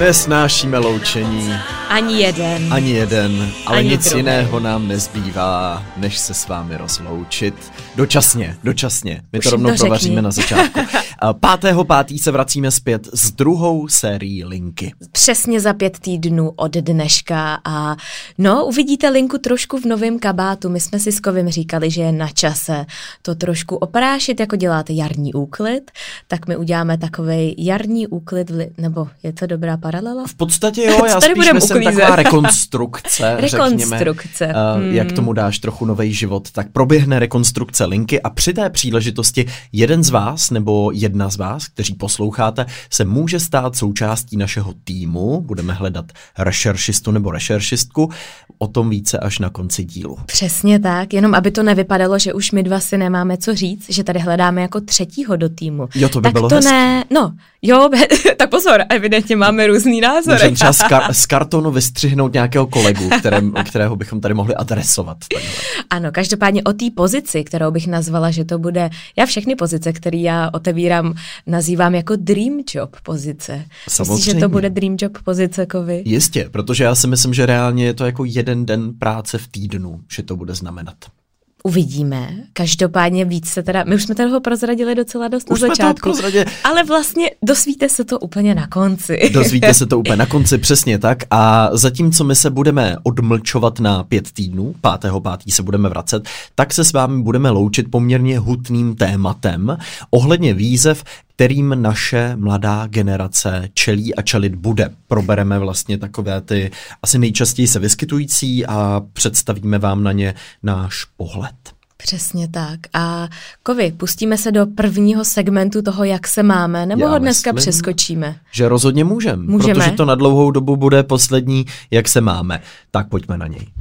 Nesnášíme loučení. Ani jeden, ale ani nic druhý. jiného nám nezbývá, než se s vámi rozloučit. Dočasně. My Už to rovnou to řekni. provaříme na začátku. 5.5. se vracíme zpět s druhou sérií Linky. Přesně za 5 týdnů od dneška a uvidíte Linku trošku v novém kabátu. My jsme si s Kovim říkali, že je na čase to trošku oprášit, jako děláte jarní úklid, tak my uděláme takovej jarní úklid, nebo je to dobrá paralela? V podstatě jo, já spíš myslím taková rekonstrukce, řekněme, jak tomu dáš trochu novej život, tak proběhne rekonstrukce Linky a při té příležitosti jeden z vás nebo jedna z vás, kteří posloucháte, se může stát součástí našeho týmu, budeme hledat rešeršistu nebo rešeršistku, o tom více až na konci dílu. Přesně tak, jenom aby to nevypadalo, že už my dva si nemáme co říct, že tady hledáme jako třetího do týmu. Jo, to by tak bylo to hezký. Ne, tak pozor, evidentně máme různý názory. Můžeme třeba z kartonu vystřihnout nějakého kolegu, kterého bychom tady mohli adresovat. Takhle. Ano, každopádně o té pozici, kterou bych nazvala, že to bude, já všechny pozice, které já otevírám, nazývám jako dream job pozice. Myslíš, že to bude dream job pozice, Kovy? Jistě, protože já si myslím, že reálně je to jako jeden den práce v týdnu, že to bude znamenat. Uvidíme. Každopádně víc se teda, my už jsme toho prozradili docela dost na začátku, ale vlastně dozvíte se to úplně na konci. Dozvíte se to úplně na konci, přesně tak. A zatímco my se budeme odmlčovat na 5 týdnů, 5.5. se budeme vracet, tak se s vámi budeme loučit poměrně hutným tématem ohledně výzev, kterým naše mladá generace čelí a čelit bude. Probereme vlastně takové ty asi nejčastěji se vyskytující a představíme vám na ně náš pohled. Přesně tak. A Kovy, pustíme se do prvního segmentu toho, jak se máme, nebo ho dneska přeskočíme? Že rozhodně můžeme, protože to na dlouhou dobu bude poslední, jak se máme. Tak pojďme na něj.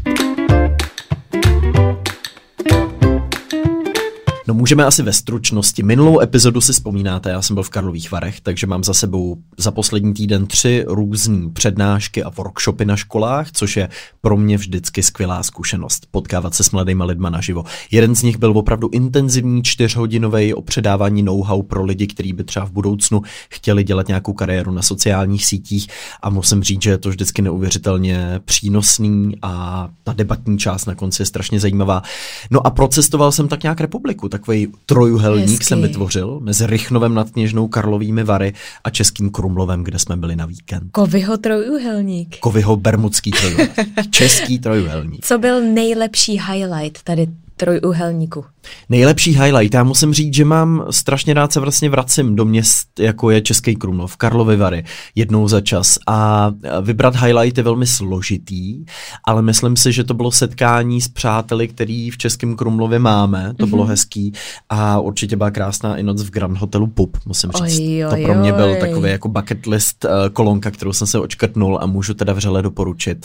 No můžeme asi ve stručnosti. Minulou epizodu si vzpomínáte, já jsem byl v Karlových Varech, takže mám za sebou za poslední týden 3 různý přednášky a workshopy na školách, což je pro mě vždycky skvělá zkušenost, potkávat se s mladýma lidma naživo. Jeden z nich byl opravdu intenzivní 4hodinový o předávání know-how pro lidi, kteří by třeba v budoucnu chtěli dělat nějakou kariéru na sociálních sítích a musím říct, že je to vždycky neuvěřitelně přínosný a ta debatní část na konci je strašně zajímavá. No a procestoval jsem tak nějak republiku. Takový trojuhelník jsem vytvořil mezi Rychnovem nad Kněžnou, Karlovými Vary a Českým Krumlovem, kde jsme byli na víkend. Kovyho trojuhelník. Kovyho bermudský trojuhelník. Český trojuhelník. Co byl nejlepší highlight tady trojuhelníku? Nejlepší highlight, já musím říct, že mám strašně rád se vlastně vracím do měst, jako je Český Krumlov, Karlovy Vary, jednou za čas a vybrat highlight je velmi složitý, ale myslím si, že to bylo setkání s přáteli, který v Českém Krumlově máme, to bylo hezký a určitě byla krásná i noc v Grand Hotelu Pup, musím říct. To pro mě byl takový jako bucket list kolonka, kterou jsem se očkrtnul a můžu teda vřele doporučit.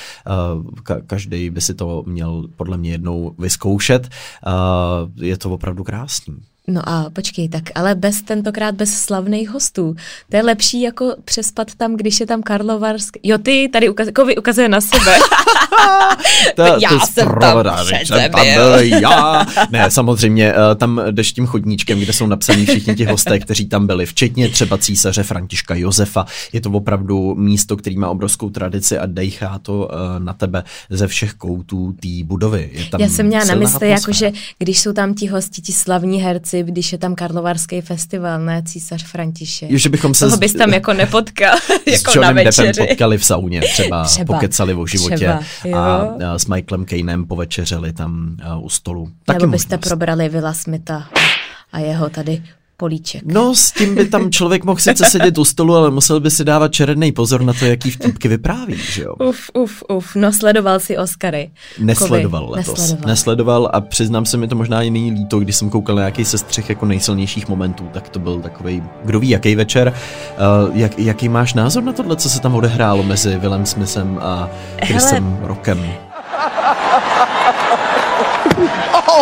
Každý by si to měl podle mě jednou vyzkoušet. Je to opravdu krásný. No a počkej, tak ale tentokrát bez slavných hostů. To je lepší jako přespat tam, když je tam Karlovarský. Jo, ty tady ukazuje na sebe. Já jsem tam přece byl. Já. Ne, samozřejmě, tam jdeš tím chodníčkem, kde jsou napsaní všichni ti hosté, kteří tam byli, včetně třeba císaře Františka Josefa. Je to opravdu místo, který má obrovskou tradici a dejchá to na tebe ze všech koutů té budovy. Já jsem měla na mysli, jakože když jsou tam ti hosti, ti slavní herci, když je tam Karlovarský festival, ne císař František. Jo, že bychom se toho bys tam jako nepotkal, jako na večeři. S Johnnym Deppem potkali v sauně, třeba pokecali o životě a s Michaelem Cainem povečeřeli tam u stolu. Nebo byste probrali Willa Smitha a jeho tady políček. No, s tím by tam člověk mohl sice sedět u stolu, ale musel by si dávat černý pozor na to, jaký vtipky vypráví, že jo? No sledoval si Oscary. Nesledoval a přiznám se, mi to možná i není líto, když jsem koukal na nějaký sestřih jako nejsilnějších momentů, tak to byl takovej, kdo ví, jaký večer. Jaký máš názor na tohle, co se tam odehrálo mezi Willem Smithem a Chrisem Rockem? Oh,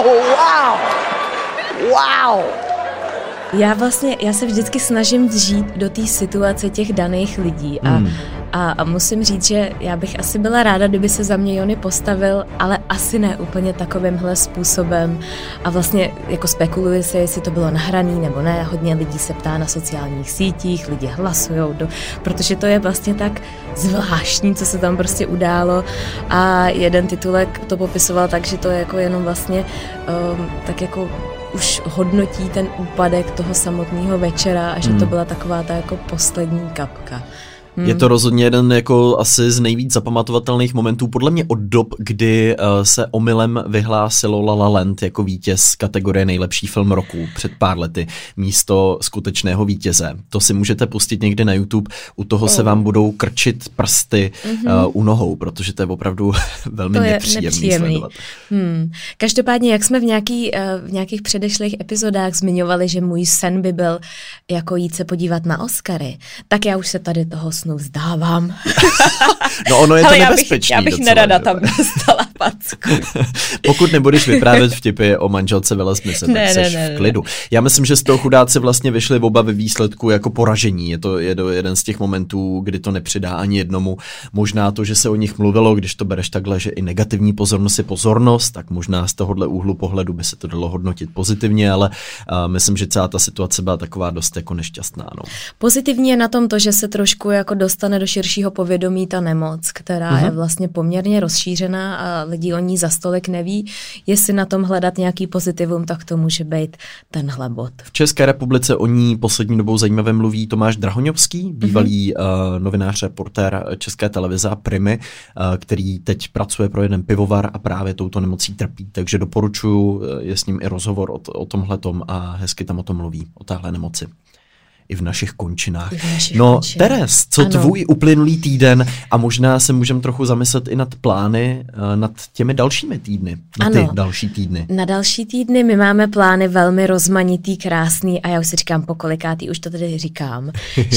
wow! Já se vždycky snažím vžít do té situace těch daných lidí a A musím říct, že já bych asi byla ráda, kdyby se za mě Jony postavil, ale asi ne úplně takovýmhle způsobem. A vlastně jako spekuluje se, jestli to bylo nahraný nebo ne. Hodně lidí se ptá na sociálních sítích, lidi hlasujou, protože to je vlastně tak zvláštní, co se tam prostě událo. A jeden titulek to popisoval tak, že to je jako jenom vlastně tak jako už hodnotí ten úpadek toho samotného večera a že to byla taková ta jako poslední kapka. Je to rozhodně jeden jako asi z nejvíc zapamatovatelných momentů, podle mě od dob, kdy se omylem vyhlásilo La La Land jako vítěz kategorie nejlepší film roku před pár lety místo skutečného vítěze. To si můžete pustit někde na YouTube, u toho se vám budou krčit prsty u nohou, protože to je opravdu velmi nepříjemný sledovat. Každopádně, jak jsme v nějakých předešlých epizodách zmiňovali, že můj sen by byl jako jít se podívat na Oscary, tak já už se tady toho vzdávám. No ono je to nebezpečný. Já bych nerada tam dostala packu. Pokud nebudeš vyprávět vtipy o manželce Willa Smithe, tak seš v klidu. Já myslím, že z toho chudáci vlastně vyšli oba ve výsledku jako poražení. Je to jeden z těch momentů, kdy to nepřidá ani jednomu. Možná to, že se o nich mluvilo, když to bereš takhle, že i negativní pozornost je pozornost, tak možná z tohohle úhlu pohledu by se to dalo hodnotit pozitivně, ale myslím, že celá ta situace byla taková dost jako nešťastná. No. Pozitivní je na tom to, že se trošku jako dostane do širšího povědomí ta nemoc, která je vlastně poměrně rozšířená a lidi o ní za stolik neví. Jestli na tom hledat nějaký pozitivum, tak to může být tenhle bod. V České republice o ní poslední dobou zajímavě mluví Tomáš Drahoňovský, bývalý novinář, reportér České televize a Primy, který teď pracuje pro jeden pivovar a právě touto nemocí trpí. Takže doporučuji, je s ním i rozhovor o tomhletom a hezky tam o tom mluví, o téhle nemoci. I v našich končinách. Teres, co tvůj uplynulý týden a možná se můžeme trochu zamyslet i nad plány, nad těmi dalšími týdny, ty další týdny. Na další týdny my máme plány velmi rozmanitý, krásný a já už si říkám pokolikátý, už to tady říkám,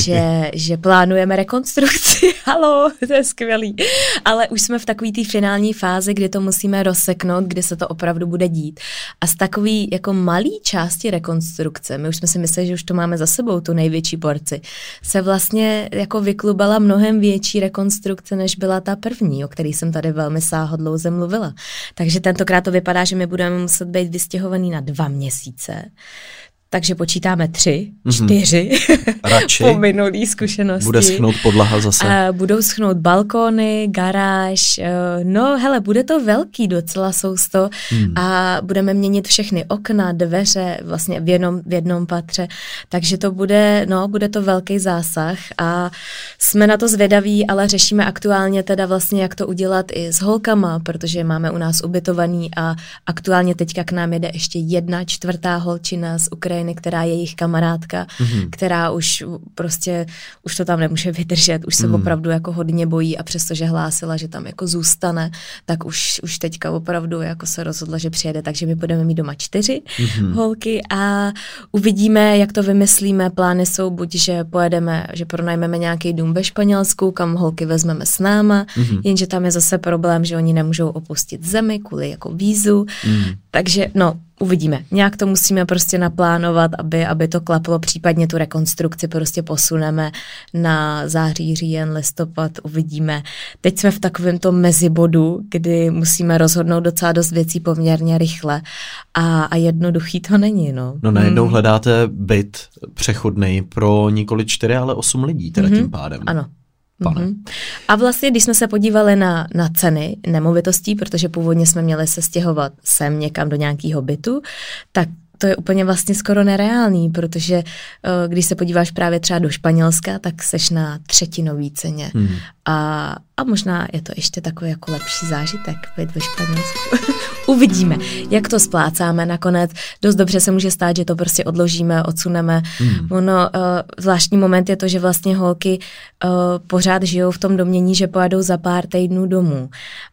že plánujeme rekonstrukci, halo, to je skvělý, ale už jsme v takový té finální fázi, kdy to musíme rozseknout, kdy se to opravdu bude dít. A z takový jako malý části rekonstrukce, my už jsme si mysleli, že už to máme za sebou, tu největší porci, se vlastně jako vyklubala mnohem větší rekonstrukce, než byla ta první, o který jsem tady velmi sáhodlouze mluvila. Takže tentokrát to vypadá, že my budeme muset být vystěhovaný na 2 měsíce. Takže počítáme 3, 4 po minulý zkušenosti. Bude schnout podlaha zase. Budou schnout balkony, garáž. No hele, bude to velký docela sousto a budeme měnit všechny okna, dveře vlastně v jednom patře. Takže to bude to velký zásah a jsme na to zvědaví, ale řešíme aktuálně teda vlastně, jak to udělat i s holkama, protože máme u nás ubytovaný a aktuálně teďka k nám jede ještě 1/4 holčina z Ukrajiny, která je jejich kamarádka, která už to tam nemůže vydržet, už se opravdu jako hodně bojí a přestože hlásila, že tam jako zůstane, tak už teďka opravdu jako se rozhodla, že přijede, takže my budeme mít doma 4 holky a uvidíme, jak to vymyslíme. Plány jsou buď, že pojedeme, že pronajmeme nějaký dům ve Španělsku, kam holky vezmeme s náma, jenže tam je zase problém, že oni nemůžou opustit zemi kvůli jako vízu, takže uvidíme. Nějak to musíme prostě naplánovat, aby to klaplo, případně tu rekonstrukci prostě posuneme na září, říjen, listopad, uvidíme. Teď jsme v takovém tom mezibodu, kdy musíme rozhodnout docela dost věcí poměrně rychle a jednoduchý to není, no. No najednou hledáte byt přechodnej pro nikoli 4, ale 8 lidí, teda tím pádem. Ano. A vlastně, když jsme se podívali na ceny nemovitostí, protože původně jsme měli se stěhovat sem někam do nějakého bytu, tak to je úplně vlastně skoro nereálný, protože když se podíváš právě třeba do Španělska, tak seš na 3x ceně. A možná je to ještě takový jako lepší zážitek být ve Španělsku. Uvidíme, jak to splácáme nakonec. Dost dobře se může stát, že to prostě odložíme, odsuneme. Zvláštní moment je to, že vlastně holky pořád žijou v tom domnění, že pojedou za pár týdnů domů.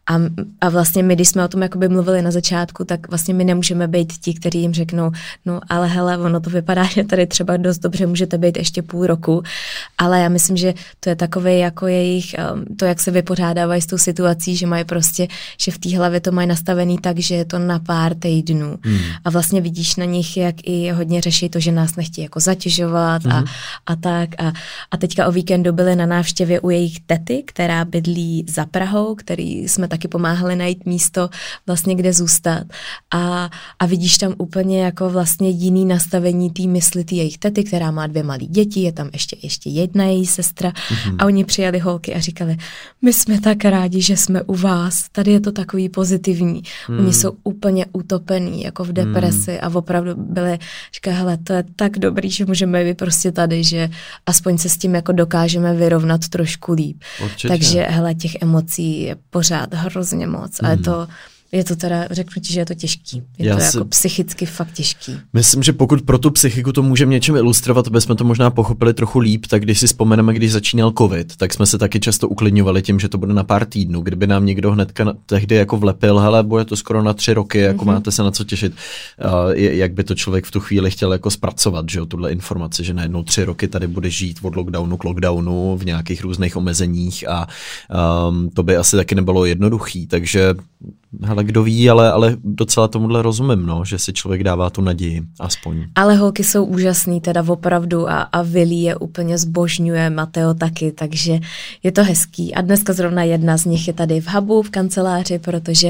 A vlastně my, když jsme o tom jakoby mluvili na začátku, tak vlastně my nemůžeme být ti, kteří jim řeknou, no ale hele, ono to vypadá, že tady třeba dost dobře můžete být ještě půl roku, ale já myslím, že to je takové jako jejich, to, jak se vypořádávají s tou situací, že mají prostě, že v té hlavě to mají nastavený tak, že je to na pár týdnů. A vlastně vidíš na nich, jak i hodně řeší to, že nás nechtějí jako zatěžovat a tak. A teďka o víkendu byli na návštěvě u jejich tety, která bydlí za Prahou, který jsme taky pomáhali najít místo vlastně, kde zůstat. A vidíš tam úplně jako vlastně jiný nastavení té mysli té jejich tety, která má 2 malé děti, je tam ještě jedna její sestra a oni přijali holky a říkali, my jsme tak rádi, že jsme u vás, tady je to takový pozitivní. Oni jsou úplně utopený, jako v depresi a opravdu byli, říkají, hele, to je tak dobrý, že můžeme být prostě tady, že aspoň se s tím jako dokážeme vyrovnat trošku líp. Určitě. Takže hele, těch emocí je pořád hrozně moc a je to teda, řeknu ti, že je to těžký. Je to jako psychicky fakt těžký. Myslím, že pokud pro tu psychiku to můžeme něčem ilustrovat, aby jsme to možná pochopili trochu líp, tak když si vzpomeneme, když začínal covid, tak jsme se taky často uklidňovali tím, že to bude na pár týdnů. Kdyby nám někdo hnedka tehdy jako vlepil, hele, bude to skoro na 3 roky, jako máte se na co těšit, jak by to člověk v tu chvíli chtěl jako zpracovat, že jo, tuhle informaci, že najednou 3 roky tady bude žít od lockdownu k lockdownu v nějakých různých omezeních a to by asi taky nebylo jednoduchý, takže hele, kdo ví, ale docela tomuhle rozumím, no, že si člověk dává tu naději, aspoň. Ale holky jsou úžasný, teda opravdu a Vili je úplně zbožňuje, Mateo taky, takže je to hezký. A dneska zrovna jedna z nich je tady v hubu, v kanceláři, protože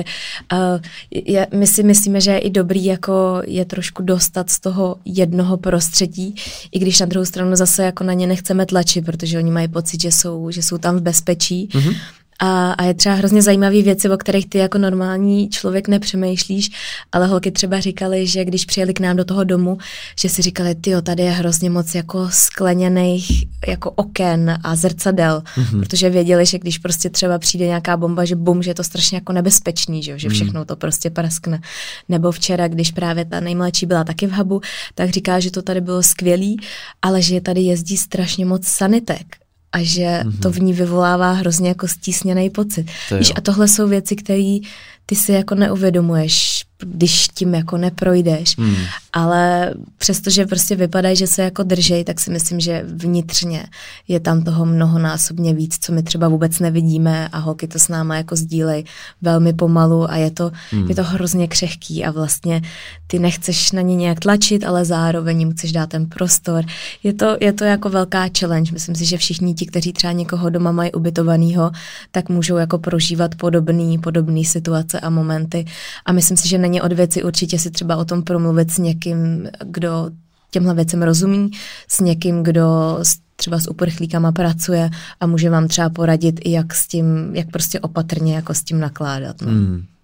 my si myslíme, že je i dobrý jako je trošku dostat z toho jednoho prostředí, i když na druhou stranu zase jako na ně nechceme tlačit, protože oni mají pocit, že jsou tam v bezpečí. A je třeba hrozně zajímavé věci, o kterých ty jako normální člověk nepřemýšlíš, ale holky třeba říkali, že když přijeli k nám do toho domu, že si říkali, tyjo, tady je hrozně moc jako skleněných jako oken a zrcadel, protože věděli, že když prostě třeba přijde nějaká bomba, že bum, že je to strašně jako nebezpečný, že všechno to prostě praskne. Nebo včera, když právě ta nejmladší byla taky v hubu, tak říká, že to tady bylo skvělý, ale že tady jezdí strašně moc sanitek. A že to v ní vyvolává hrozně jako stísněný pocit. Víš, a tohle jsou věci, které ty si jako neuvědomuješ, když tím jako neprojdeš. Ale přestože prostě vypadají, že se jako držej, tak si myslím, že vnitřně je tam toho mnohonásobně víc, co my třeba vůbec nevidíme a holky to s náma jako sdílej velmi pomalu a je to hrozně křehký a vlastně ty nechceš na ně nějak tlačit, ale zároveň jim chceš dát ten prostor. Je to jako velká challenge. Myslím si, že všichni ti, kteří třeba někoho doma mají ubytovanýho, tak můžou jako prožívat podobný situace a momenty. A myslím si, že není od věci určitě si třeba o tom promluvit s někým, kdo těmhle věcem rozumí, s někým, kdo třeba s uprchlíkama pracuje a může vám třeba poradit i jak prostě opatrně jako s tím nakládat. No.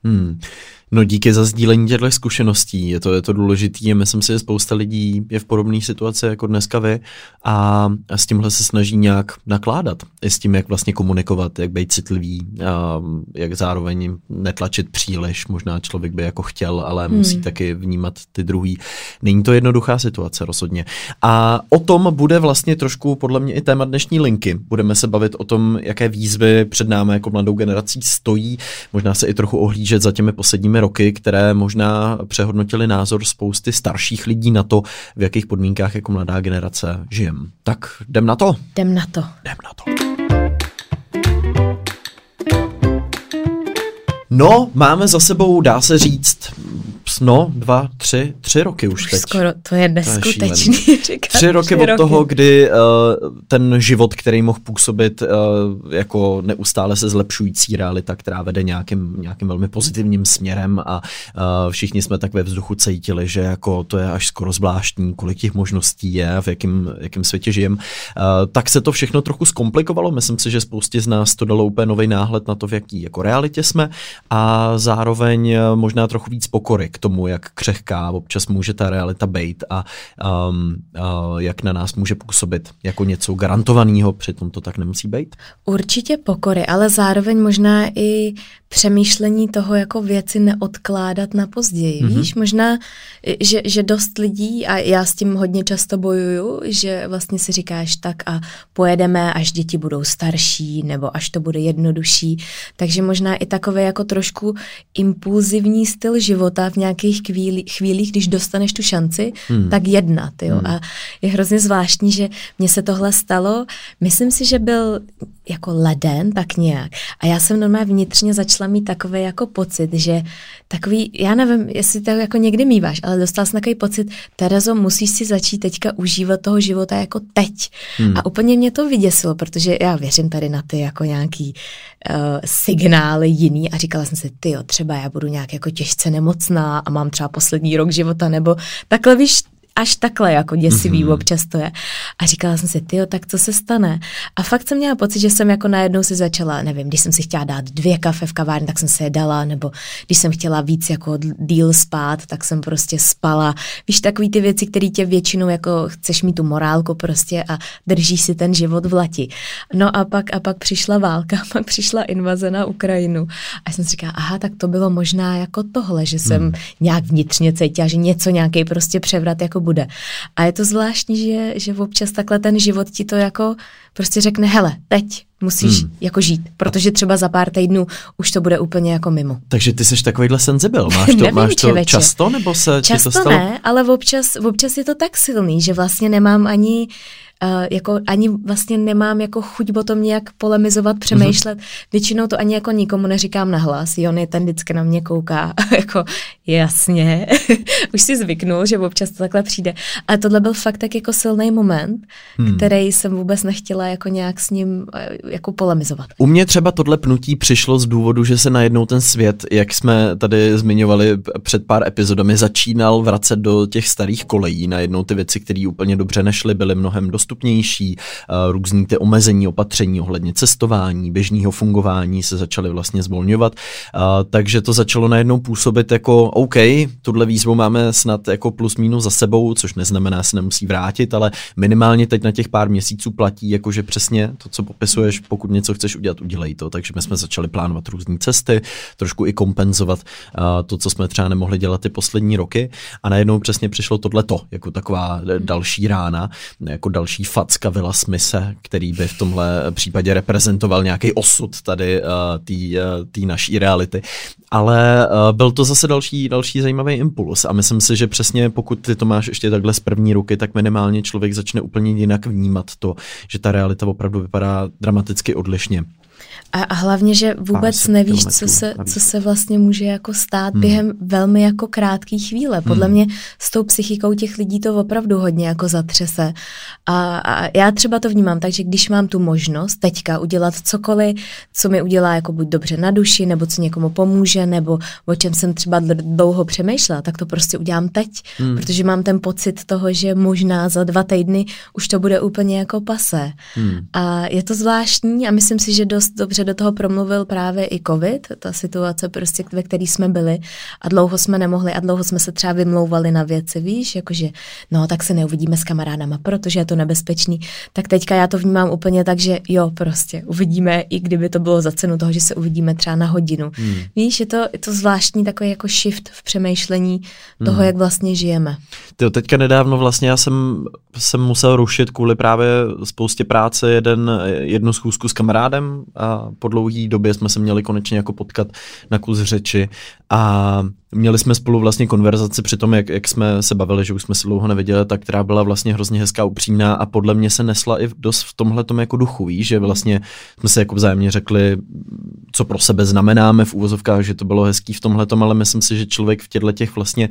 No díky za sdílení těchto zkušeností, je to důležitý a myslím si, že spousta lidí je v podobné situaci jako dneska vy a s tímhle se snaží nějak nakládat. I s tím, jak vlastně komunikovat, jak být citlivý, jak zároveň netlačit příliš, možná člověk by jako chtěl, ale musí taky vnímat ty druhý. Není to jednoduchá situace rozhodně. A o tom bude vlastně trošku podle mě i téma dnešní linky. Budeme se bavit o tom, jaké výzvy před námi jako mladou generací stojí, možná se i trochu ohlížet za těmi posledními roky, které možná přehodnotili názor spousty starších lidí na to, v jakých podmínkách jako mladá generace žijem. Tak jdem na to? Jdem na to. No, máme za sebou, dá se říct, 3 roky už teď. Skoro, to je neskutečný. 3 roky od toho, kdy ten život, který mohl působit jako neustále se zlepšující realita, která vede nějakým velmi pozitivním směrem a všichni jsme tak ve vzduchu cítili, že jako to je až skoro zvláštní, kolik těch možností je, v jakém světě žijem, tak se to všechno trochu zkomplikovalo. Myslím si, že spoustě z nás to dalo úplně nový náhled na to, v jaký jako realitě jsme a zároveň možná trochu víc pokory k tomu, tomu, jak křehká občas může ta realita být a jak na nás může působit jako něco garantovaného, přitom to tak nemusí být? Určitě pokory, ale zároveň možná i přemýšlení toho, jako věci neodkládat na později. Víš, možná, že dost lidí, a já s tím hodně často bojuju, že vlastně si říkáš tak a pojedeme, až děti budou starší, nebo až to bude jednodušší. Takže možná i takové jako trošku impulzivní styl života v nějakých chvílích, když dostaneš tu šanci, tak jednat. Jo? A je hrozně zvláštní, že mně se tohle stalo, myslím si, že byl jako leden, tak nějak. A já jsem normálně vnitřně začala mít takový jako pocit, že takový, já nevím, jestli to jako někdy míváš, ale dostala jsem takový pocit, Terezo, musíš si začít teďka užívat toho života jako teď. A úplně mě to vyděsilo, protože já věřím tady na ty jako nějaký signály jiný a říkala jsem si, tyjo, třeba já budu nějak jako těžce nemocná a mám třeba poslední rok života, nebo takhle, víš, až takhle jako děsivý občas to je. A říkala jsem si, tyjo, tak co se stane? A fakt jsem měla pocit, že jsem jako najednou si začala, nevím, když jsem si chtěla dát 2 kafe v kavárně, tak jsem se je dala, nebo když jsem chtěla víc jako díl spát, tak jsem prostě spala. Víš, takový ty věci, které tě většinou jako chceš mít tu morálku prostě a držíš si ten život v lati. No a pak přišla válka, pak přišla invaze na Ukrajinu. A jsem si říkala, aha, tak to bylo možná jako tohle, že jsem nějak vnitřně cítila, že něco nějaký prostě převrat jako bude. A je to zvláštní, že občas takhle ten život ti to jako prostě řekne, hele, teď musíš jako žít, protože třeba za pár týdnů už to bude úplně jako mimo. Takže ty seš takovýhle senzibil, máš to často, nebo se často ti to stalo? Ne, ale občas je to tak silný, že vlastně nemám ani vlastně nemám jako chuť o tom nějak polemizovat, přemýšlet. Většinou to ani jako nikomu neříkám nahlas. Jony ten vždycky na mě kouká jako jasně. Už si zvyknul, že občas to takhle přijde. Ale tohle byl fakt tak jako silný moment, který jsem vůbec nechtěla jako nějak s ním jako polemizovat. U mě třeba tohle pnutí přišlo z důvodu, že se najednou ten svět, jak jsme tady zmiňovali před pár epizodami, začínal vracet do těch starých kolejí. Najednou ty věci, které úplně dobře nešly, byly mnohem dostupnější, různý ty omezení, opatření ohledně cestování, běžného fungování se začaly vlastně zvolňovat, takže to začalo najednou působit jako OK, tuhle výzvu máme snad jako plus minus za sebou, což neznamená, že se nemusí vrátit, ale minimálně teď na těch pár měsíců platí, jakože přesně to, co popisuješ, pokud něco chceš udělat, udělej to, takže my jsme začali plánovat různé cesty, trošku i kompenzovat to, co jsme třeba nemohli dělat ty poslední roky a najednou přesně přišlo tohleto, jako taková další rána, jako další facka Willa Smithe, který by v tomhle případě reprezentoval nějaký osud tady té naší reality. Ale byl to zase další zajímavý impuls a myslím si, že přesně pokud ty to máš ještě takhle z první ruky, tak minimálně člověk začne úplně jinak vnímat to, že ta realita opravdu vypadá dramaticky odlišně. A hlavně, že vůbec nevíš, co se vlastně může jako stát během velmi jako krátké chvíle. Podle mě s tou psychikou těch lidí to opravdu hodně jako zatřese. A já třeba to vnímám tak, že když mám tu možnost teďka udělat cokoliv, co mi udělá jako buď dobře na duši, nebo co někomu pomůže, nebo o čem jsem třeba dlouho přemýšlela, tak to prostě udělám teď, protože mám ten pocit toho, že možná za 2 týdny už to bude úplně jako pasé. A je to zvláštní a myslím si, že dost dobře do toho promluvil právě i covid, ta situace prostě, ve které jsme byli a dlouho jsme nemohli a dlouho jsme se třeba vymlouvali na věci, víš, jakože no tak se neuvidíme s kamarádama, protože je to nebezpečný. Tak teďka já to vnímám úplně tak, že jo, prostě uvidíme, i kdyby to bylo za cenu toho, že se uvidíme třeba na hodinu. Víš, je to zvláštní takový jako shift v přemýšlení toho, jak vlastně žijeme. Tyjo, teďka nedávno vlastně já jsem musel rušit kvůli právě spoustě práce jednu schůzku s kamarádem a po dlouhé době jsme se měli konečně jako potkat na kus řeči a měli jsme spolu vlastně konverzaci při tom, jak jsme se bavili, že už jsme se dlouho neviděli, tak která byla vlastně hrozně hezká, upřímná a podle mě se nesla i dost v tomhletom jako duchu, víš, že vlastně jsme se jako vzájemně řekli, co pro sebe znamenáme v úvozovkách, že to bylo hezký v tomhletom, ale myslím si, že člověk v těch vlastně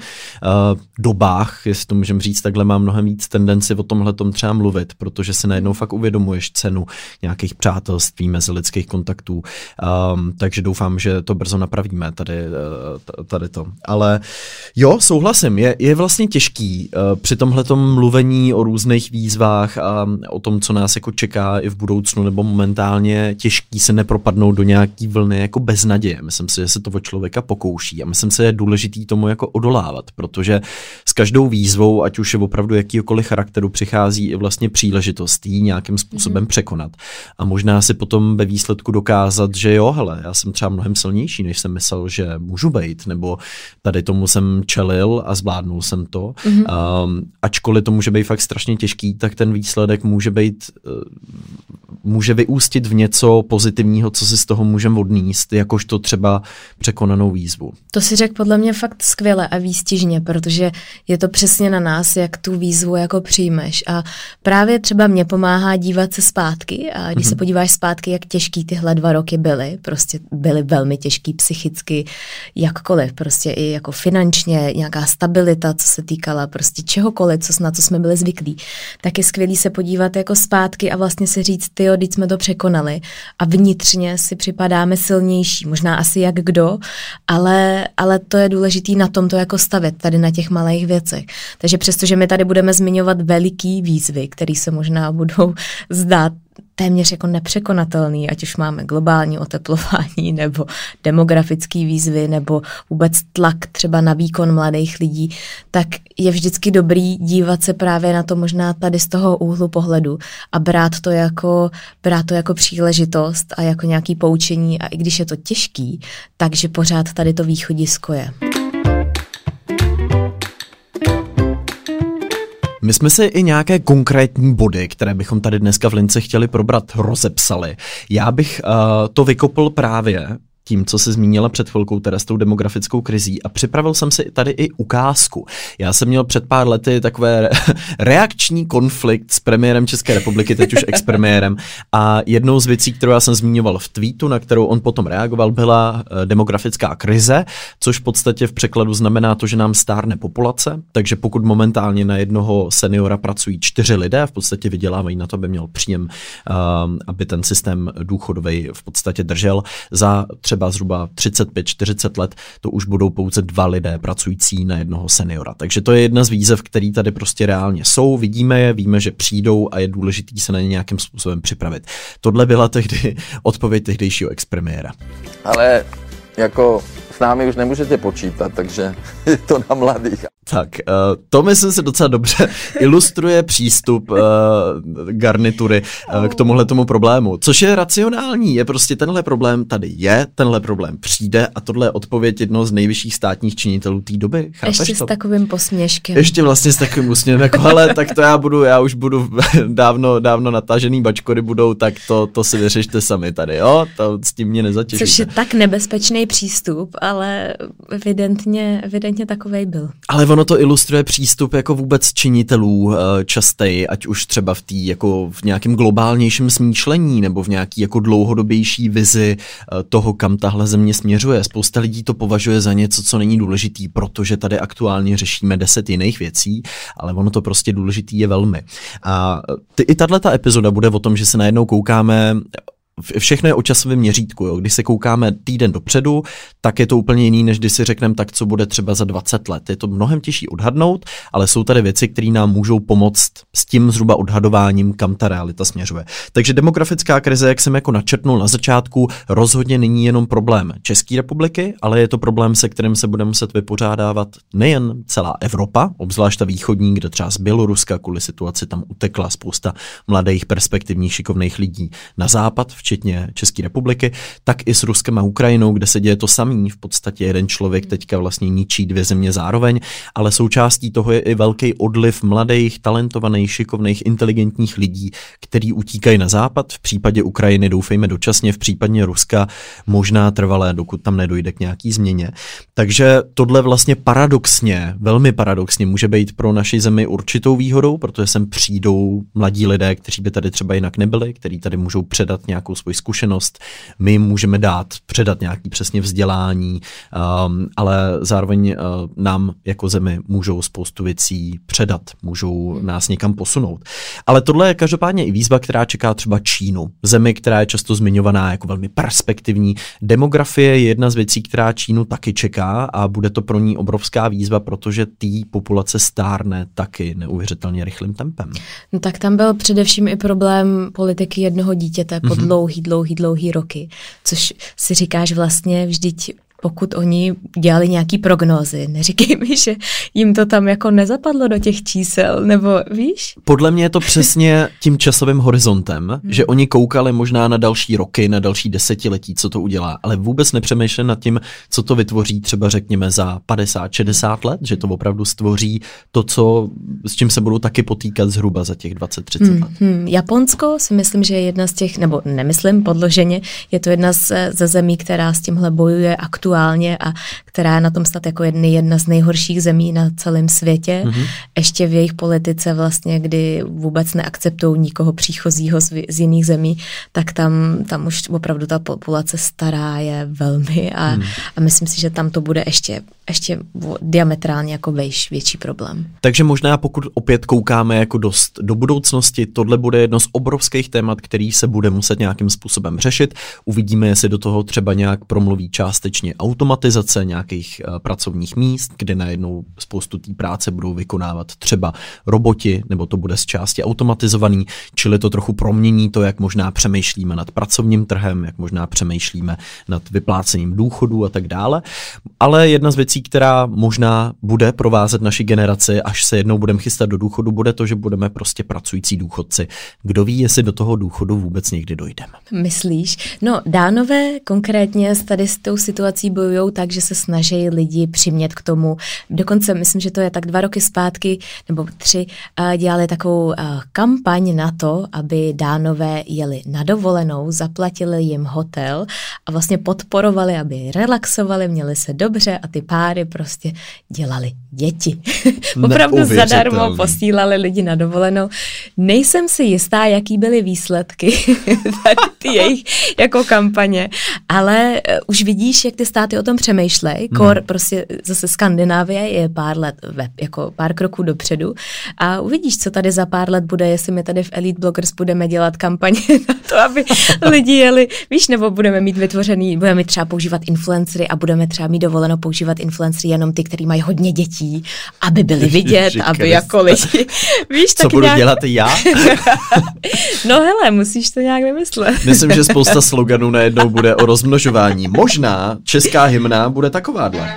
dobách, jestli to můžeme říct, takhle má mnohem víc tendenci o tomhletom třeba mluvit, protože si najednou fakt uvědomuješ cenu nějakých přátelství, mezilidských kontaktů, takže doufám, že to brzo napravíme tady to. Ale jo, souhlasím, je vlastně těžký při tomhletom mluvení o různých výzvách a o tom, co nás jako čeká i v budoucnu nebo momentálně, těžký se nepropadnout do nějaký vlny jako beznaděje. Myslím si, že se to od člověka pokouší a myslím si, že je důležitý tomu jako odolávat, protože s každou výzvou, ať už je opravdu jakýkoliv charakteru, přichází i vlastně příležitost jí nějakým způsobem překonat. A možná si potom ve výsledku dokázat, že jo, hele, já jsem třeba mnohem silnější, než jsem myslel, že můžu být, nebo tady tomu jsem čelil a zvládnul jsem to. Ačkoliv to může být fakt strašně těžký, tak ten výsledek může vyústit v něco pozitivního, co si z toho můžeme odníst, jakožto třeba překonanou výzvu. To si řekl podle mě fakt skvěle a výstižně, protože je to přesně na nás, jak tu výzvu jako přijmeš. A právě třeba mě pomáhá dívat se zpátky a když se podíváš zpátky, jak těžký tyhle 2 roky byly, prostě byly velmi těžký psychicky, jakkoliv, prostě i jako finančně, nějaká stabilita, co se týkala prostě čehokoliv, na co jsme byli zvyklí, tak je skvělý se podívat jako zpátky a vlastně si říct, tyjo, teď jsme to překonali a vnitřně si připadáme silnější, možná asi jak kdo, ale to je důležitý na tom to jako stavět, tady na těch malých věcech. Takže přestože my tady budeme zmiňovat veliký výzvy, které se možná budou zdát téměř jako nepřekonatelný, ať už máme globální oteplování nebo demografické výzvy nebo vůbec tlak třeba na výkon mladých lidí, tak je vždycky dobrý dívat se právě na to možná tady z toho úhlu pohledu a brát to jako příležitost a jako nějaký poučení a i když je to těžký, takže pořád tady to východisko je. My jsme si i nějaké konkrétní body, které bychom tady dneska v Lince chtěli probrat, rozepsali. Já bych to vykopl právě tím, co se zmínila před chvilkou, teda s tou demografickou krizí a připravil jsem si tady i ukázku. Já jsem měl před pár lety takové reakční konflikt s premiérem České republiky, teď už expremiérem a jednou z věcí, kterou já jsem zmiňoval v tweetu, na kterou on potom reagoval, byla demografická krize, což v podstatě v překladu znamená to, že nám stárne populace, takže pokud momentálně na jednoho seniora pracují 4 lidé a v podstatě vydělávají na to, aby měl příjem, aby ten systém důchodový v podstatě držel za třeba zhruba 35-40 let, to už budou pouze 2 lidé pracující na jednoho seniora. Takže to je jedna z výzev, které tady prostě reálně jsou, vidíme je, víme, že přijdou a je důležitý se na ně nějakým způsobem připravit. Tohle byla tehdy odpověď tehdejšího expremiéra. Ale jako s námi už nemůžete počítat, takže je to na mladých. Tak, to myslím si docela dobře ilustruje přístup garnitury k tomuhletomu problému, což je racionální, je prostě tenhle problém tady je, tenhle problém přijde a tohle je odpověď jednoho z nejvyšších státních činitelů té doby. Chápeš ještě to? S takovým posměškem. Ještě vlastně s takovým úsměvem, jako ale tak to já už budu dávno natažený bačkory budou, tak to si vyřešte sami tady, jo? To s tím mě nezatěžujte. Což je tak nebezpečný přístup, ale evidentně takovej byl. Ale ono to ilustruje přístup jako vůbec činitelů častej, ať už třeba v nějakém globálnějším smýšlení nebo v nějaký jako dlouhodobější vizi toho, kam tahle země směřuje. Spousta lidí to považuje za něco, co není důležitý, protože tady aktuálně řešíme 10 jiných věcí, ale ono to prostě důležitý je velmi. A i tato epizoda bude o tom, že se najednou koukáme. Všechno je o časovém měřítku. Jo. Když se koukáme týden dopředu, tak je to úplně jiný, než když si řekneme tak, co bude třeba za 20 let. Je to mnohem těžší odhadnout, ale jsou tady věci, které nám můžou pomoct s tím zhruba odhadováním, kam ta realita směřuje. Takže demografická krize, jak jsem jako načrtnul na začátku, rozhodně není jenom problém České republiky, ale je to problém, se kterým se bude muset vypořádávat nejen celá Evropa, obzvlášť ta východní, kde třeba z Běloruska kvůli situaci tam utekla spousta mladých, perspektivních, šikovných lidí na západ, včetně České republiky, tak i s Ruskem a Ukrajinou, kde se děje to samý. V podstatě jeden člověk teďka vlastně ničí 2 země zároveň, ale součástí toho je i velký odliv mladých, talentovaných, šikovných, inteligentních lidí, kteří utíkají na západ. V případě Ukrajiny doufejme dočasně, v případě Ruska možná trvalé, dokud tam nedojde k nějaký změně. Takže tohle vlastně paradoxně, velmi paradoxně může být pro naši zemi určitou výhodou, protože sem přijdou mladí lidé, kteří by tady třeba jinak nebyli, kteří tady můžou předat nějakou nějakou svoji zkušenost, my můžeme předat nějaký přesně vzdělání, ale zároveň nám jako zemi můžou spoustu věcí předat, můžou nás někam posunout. Ale tohle je každopádně i výzva, která čeká třeba Čínu. Zemi, která je často zmiňovaná jako velmi perspektivní. Demografie je jedna z věcí, která Čínu taky čeká a bude to pro ní obrovská výzva, protože populace stárne taky neuvěřitelně rychlým tempem. No tak tam byl především i problém politiky jednoho dítěte po dlouhý roky, což si říkáš vlastně vždyť pokud oni dělali nějaký prognózy. Neříkej mi, že jim to tam jako nezapadlo do těch čísel, nebo víš? Podle mě je to přesně tím časovým horizontem, že oni koukali možná na další roky, na další desetiletí, co to udělá, ale vůbec nepřemýšleli nad tím, co to vytvoří třeba řekněme za 50-60 let, že to opravdu stvoří to, s čím se budou taky potýkat zhruba za těch 20-30 let. Japonsko si myslím, že je jedna z těch, nebo nemyslím podloženě, je to jedna ze zemí, která s tímhle bojuje aktuálně a která je na tom snad jako jedna z nejhorších zemí na celém světě. Ještě v jejich politice vlastně, kdy vůbec neakceptují nikoho příchozího z jiných zemí, tak tam už opravdu ta populace stará je velmi a myslím si, že tam to bude ještě diametrálně jako větší problém. Takže možná pokud opět koukáme jako dost do budoucnosti, tohle bude jedno z obrovských témat, který se bude muset nějakým způsobem řešit. Uvidíme, jestli do toho třeba nějak promluví částečně automatizace nějakých pracovních míst, kde najednou spoustu té práce budou vykonávat třeba roboti, nebo to bude z části automatizovaný, čili to trochu promění to, jak možná přemýšlíme nad pracovním trhem, jak možná přemýšlíme nad vyplácením důchodů a tak dále. Ale jedna z věcí, která možná bude provázet naši generaci, až se jednou budeme chystat do důchodu, bude to, že budeme prostě pracující důchodci. Kdo ví, jestli do toho důchodu vůbec někdy dojdeme. Myslíš? No, Dánové konkrétně tady s tou situací bojujou tak, že se snaží lidi přimět k tomu. Dokonce myslím, že to je tak 2 roky zpátky, nebo 3, dělali takovou kampaň na to, aby Dánové jeli na dovolenou, zaplatili jim hotel a vlastně podporovali, aby relaxovali, měli se dobře a ty páry prostě dělali děti. Opravdu zadarmo posílali lidi na dovolenou. Nejsem si jistá, jaký byly výsledky tady ty jejich jako kampaně, ale už vidíš, jak ty státy o tom přemýšlej. Prostě zase Skandinávie je pár kroků dopředu a uvidíš, co tady za pár let bude, jestli my tady v Elite Bloggers budeme dělat kampaně na to, aby lidi jeli, víš, nebo budeme mít třeba používat influencery a budeme třeba mít dovoleno používat influencery jenom ty, kteří mají hodně dětí, aby byli vidět, aby jako lidi, víš, co budu dělat já? No hele, musíš to nějak vymyslet. Myslím, že spousta sloganů najednou bude o rozmnožování. Možná česká hymna bude takováhle.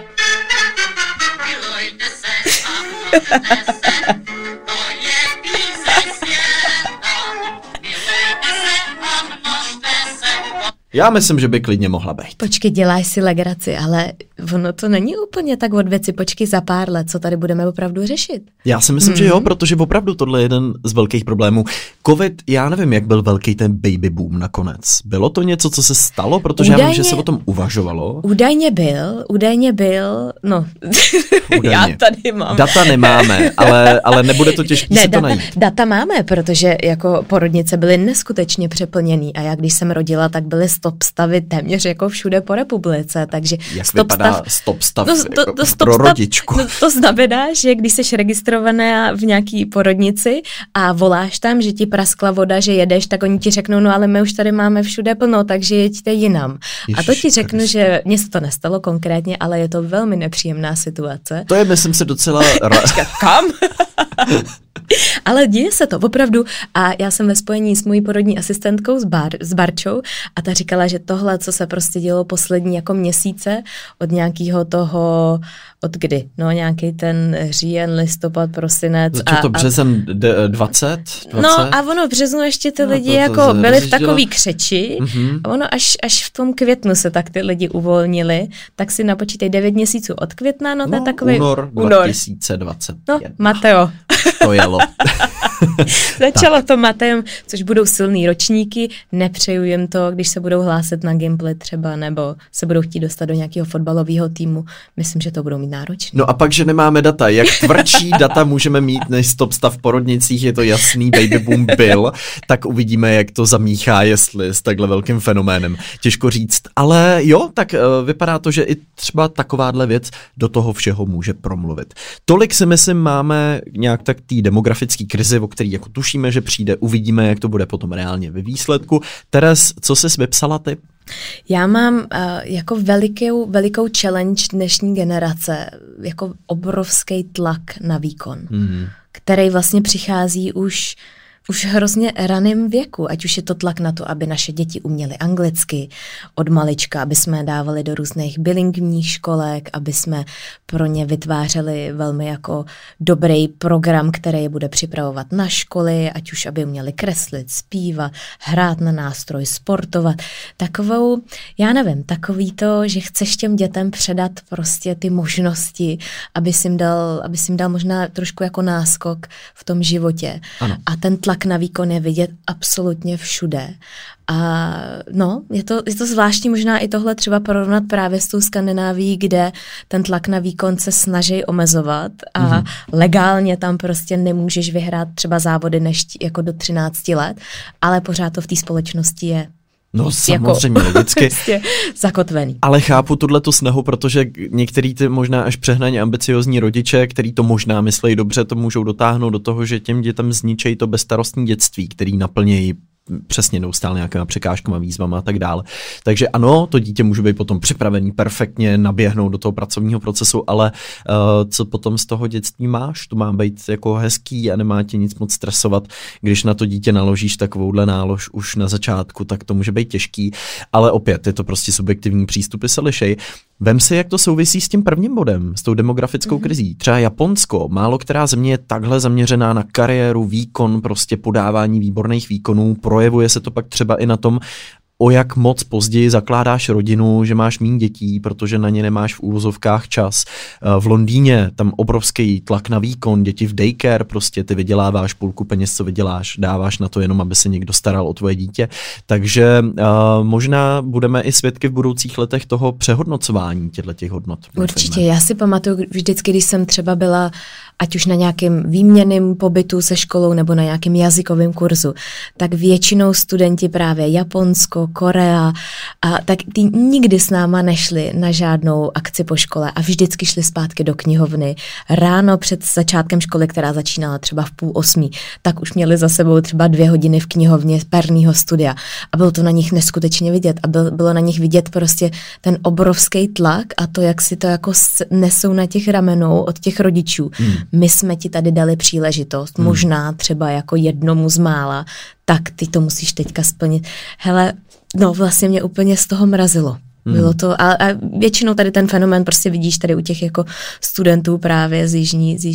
Já myslím, že by klidně mohla být. Počkej, děláš si legraci, ale ono to není úplně tak od věci. Počkej za pár let, co tady budeme opravdu řešit. Já si myslím, že jo, protože opravdu tohle je jeden z velkých problémů. Covid, já nevím, jak byl velký ten baby boom nakonec. Bylo to něco, co se stalo? Protože já vím, že se o tom uvažovalo. Údajně byl, no. Já tady mám. Data nemáme, ale nebude to těžké si to najít. Data máme, protože jako porodnice byly neskutečně přeplněný a já když jsem rodila, tak byly stop stavy téměř jako všude po republice, takže jak vypadá stop stav pro rodičku? No, to znamená, že když jsi registrovaná v nějaký porodnici a voláš tam, že ti praskla voda, že jedeš, tak oni ti řeknou, no ale my už tady máme všude plno, takže jeďte jinam. A to ti řeknu, že mně se to nestalo konkrétně, ale je to velmi nepříjemná situace. To je, myslím si, docela... Kam? Ale děje se to opravdu a já jsem ve spojení s mojí porodní asistentkou s Barčou a ta říkala, že tohle, co se prostě dělo poslední jako měsíce od nějakého toho, od kdy? No nějaký ten říjen, listopad, prosinec. Březen 20? No a ono v březnu ještě ty lidi jako byli v takový křeči a ono až v tom květnu se tak ty lidi uvolnili, tak si napočítej 9 měsíců od května, no to je takový únor 2020. No, Mateo. To jelo. Začalo to matem, což budou silný ročníky, nepřeju jim to, když se budou hlásit na Gimply třeba, nebo se budou chtít dostat do nějakého fotbalového týmu. Myslím, že to budou mít náročné. No a pak, že nemáme data. Jak tvrdší data můžeme mít než stop stav v porodnicích, je to jasný, baby boom byl, tak uvidíme, jak to zamíchá, jestli s takhle velkým fenoménem. Těžko říct, ale jo, tak vypadá to, že i třeba takováhle věc do toho všeho může promluvit. Tolik si myslím máme nějak tak té demografické krizi, o který jako tušíme, že přijde, uvidíme, jak to bude potom reálně ve výsledku. Teres, co jsi vypsala ty? Já mám jako velikou challenge dnešní generace, jako obrovský tlak na výkon, který vlastně přichází už hrozně raném věku, ať už je to tlak na to, aby naše děti uměly anglicky od malička, aby jsme je dávali do různých bilingvních školek, aby jsme pro ně vytvářeli velmi jako dobrý program, který je bude připravovat na školy, ať už aby uměli kreslit, zpívat, hrát na nástroj, sportovat. Takovou, já nevím, takový to, že chceš těm dětem předat prostě ty možnosti, aby jsi jim dal možná trošku jako náskok v tom životě. Ano. A ten tlak na výkon je vidět absolutně všude. A no, je to zvláštní možná i tohle třeba porovnat právě s tou Skandinávií, kde ten tlak na výkon se snaží omezovat a legálně tam prostě nemůžeš vyhrát třeba závody než jako do 13 let, ale pořád to v té společnosti je no samozřejmě, jako, logicky. Zakotvený. Ale chápu tuhletu snahu, protože některý ty možná až přehnaně ambiciozní rodiče, který to možná myslejí dobře, to můžou dotáhnout do toho, že těm dětem zničejí to bezstarostní dětství, který naplnějí přesně neustále nějakýma překážkama, výzvama a tak dále. Takže ano, to dítě může být potom připravený perfektně naběhnout do toho pracovního procesu, ale co potom z toho dětství máš? To má být jako hezký a nemá tě nic moc stresovat. Když na to dítě naložíš takovouhle nálož už na začátku, tak to může být těžký, ale opět je to prostě subjektivní přístupy se lišej. Vem si, jak to souvisí s tím prvním bodem, s tou demografickou krizí. Třeba Japonsko, málo která země je takhle zaměřená na kariéru, výkon, prostě podávání výborných výkonů. Projevuje se to pak třeba i na tom, o jak moc později zakládáš rodinu, že máš méně dětí, protože na ně nemáš v úvozovkách čas. V Londýně tam obrovský tlak na výkon, děti v daycare, prostě ty vyděláváš půlku peněz, co vyděláš, dáváš na to jenom, aby se někdo staral o tvoje dítě. Takže možná budeme i svědky v budoucích letech toho přehodnocování těch hodnot. Určitě, já si pamatuju vždycky, když jsem třeba byla ať už na nějakém výměnném pobytu se školou nebo na nějakém jazykovém kurzu, tak většinou studenti právě Japonsko, Korea, a tak ty nikdy s náma nešli na žádnou akci po škole a vždycky šli zpátky do knihovny. Ráno před začátkem školy, která začínala třeba v 7:30, tak už měli za sebou třeba 2 hodiny v knihovně perného studia a bylo to na nich neskutečně vidět a bylo na nich vidět prostě ten obrovský tlak a to, jak si to jako nesou na těch ramenou od těch rodičů. My jsme ti tady dali příležitost, možná třeba jako jednomu z mála, tak ty to musíš teďka splnit. Hele, no vlastně mě úplně z toho mrazilo. Bylo to, a většinou tady ten fenomén prostě vidíš tady u těch jako studentů právě z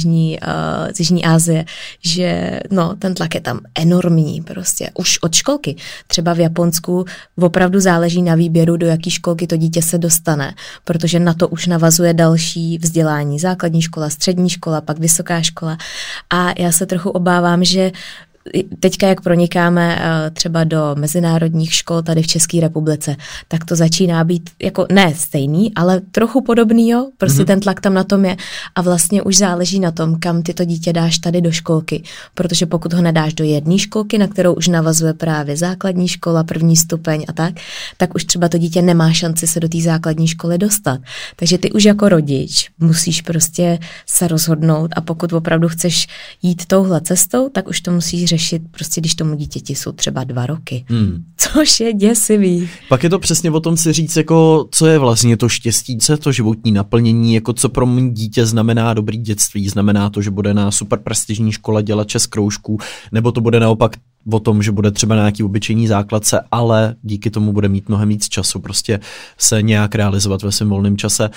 Jižní Asie, že no, ten tlak je tam enormní prostě, už od školky. Třeba v Japonsku opravdu záleží na výběru, do jaký školky to dítě se dostane, protože na to už navazuje další vzdělání, základní škola, střední škola, pak vysoká škola a já se trochu obávám, že teďka, jak pronikáme třeba do mezinárodních škol tady v České republice, tak to začíná být jako ne stejný, ale trochu podobný, jo? Prostě ten tlak tam na tom je a vlastně už záleží na tom, kam ty to dítě dáš tady do školky, protože pokud ho nedáš do jedné školky, na kterou už navazuje právě základní škola, 1. stupeň a tak už třeba to dítě nemá šanci se do té základní školy dostat. Takže ty už jako rodič musíš prostě se rozhodnout a pokud opravdu chceš jít touhle cestou, tak už to musíš řešit prostě, když tomu dítěti jsou třeba 2 roky. Což je děsivý. Pak je to přesně o tom si říct, jako, co je vlastně to štěstí, co je to životní naplnění, jako co pro mý dítě znamená dobrý dětství, znamená to, že bude na super prestižní škole dělat 6 kroužků, nebo to bude naopak o tom, že bude třeba na nějaký obyčejný základce, ale díky tomu bude mít mnohem víc času prostě se nějak realizovat ve svém volném čase.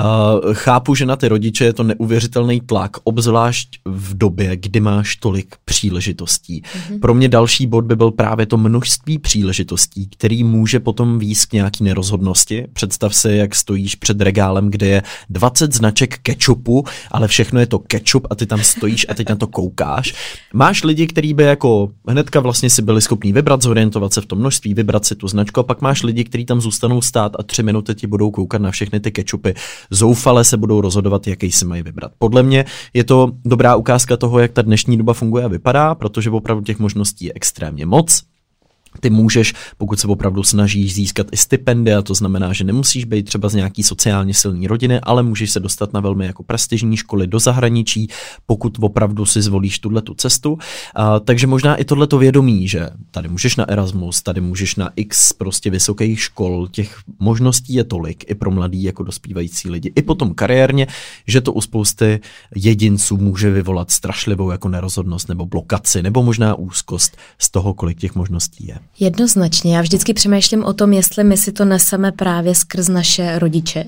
Chápu, že na ty rodiče je to neuvěřitelný tlak, obzvlášť v době, kdy máš tolik příležitostí. Pro mě další bod by byl právě to množství příležitostí, který může potom vést k nějaký nerozhodnosti. Představ si, jak stojíš před regálem, kde je 20 značek kečupu, ale všechno je to kečup a ty tam stojíš a teď na to koukáš. Máš lidi, kteří by jako hnedka vlastně si byli schopní vybrat, zorientovat se v tom množství, vybrat si tu značku, a pak máš lidi, kteří tam zůstanou stát a 3 minuty ti budou koukat na všechny ty kečupy. Zoufale se budou rozhodovat, jaký si mají vybrat. Podle mě je to dobrá ukázka toho, jak ta dnešní doba funguje a vypadá, protože opravdu těch možností je extrémně moc. Ty můžeš, pokud se opravdu snažíš, získat i stipendia, to znamená, že nemusíš být třeba z nějaký sociálně silný rodiny, ale můžeš se dostat na velmi jako prestižní školy do zahraničí, pokud opravdu si zvolíš tuhletu cestu. Takže možná i tohleto vědomí, že tady můžeš na Erasmus, tady můžeš na X prostě vysokých škol, těch možností je tolik i pro mladý jako dospívající lidi, i potom kariérně, že to u spousty jedinců může vyvolat strašlivou jako nerozhodnost nebo blokaci, nebo možná úzkost z toho, kolik těch možností je. Jednoznačně. Já vždycky přemýšlím o tom, jestli my si to neseme právě skrz naše rodiče,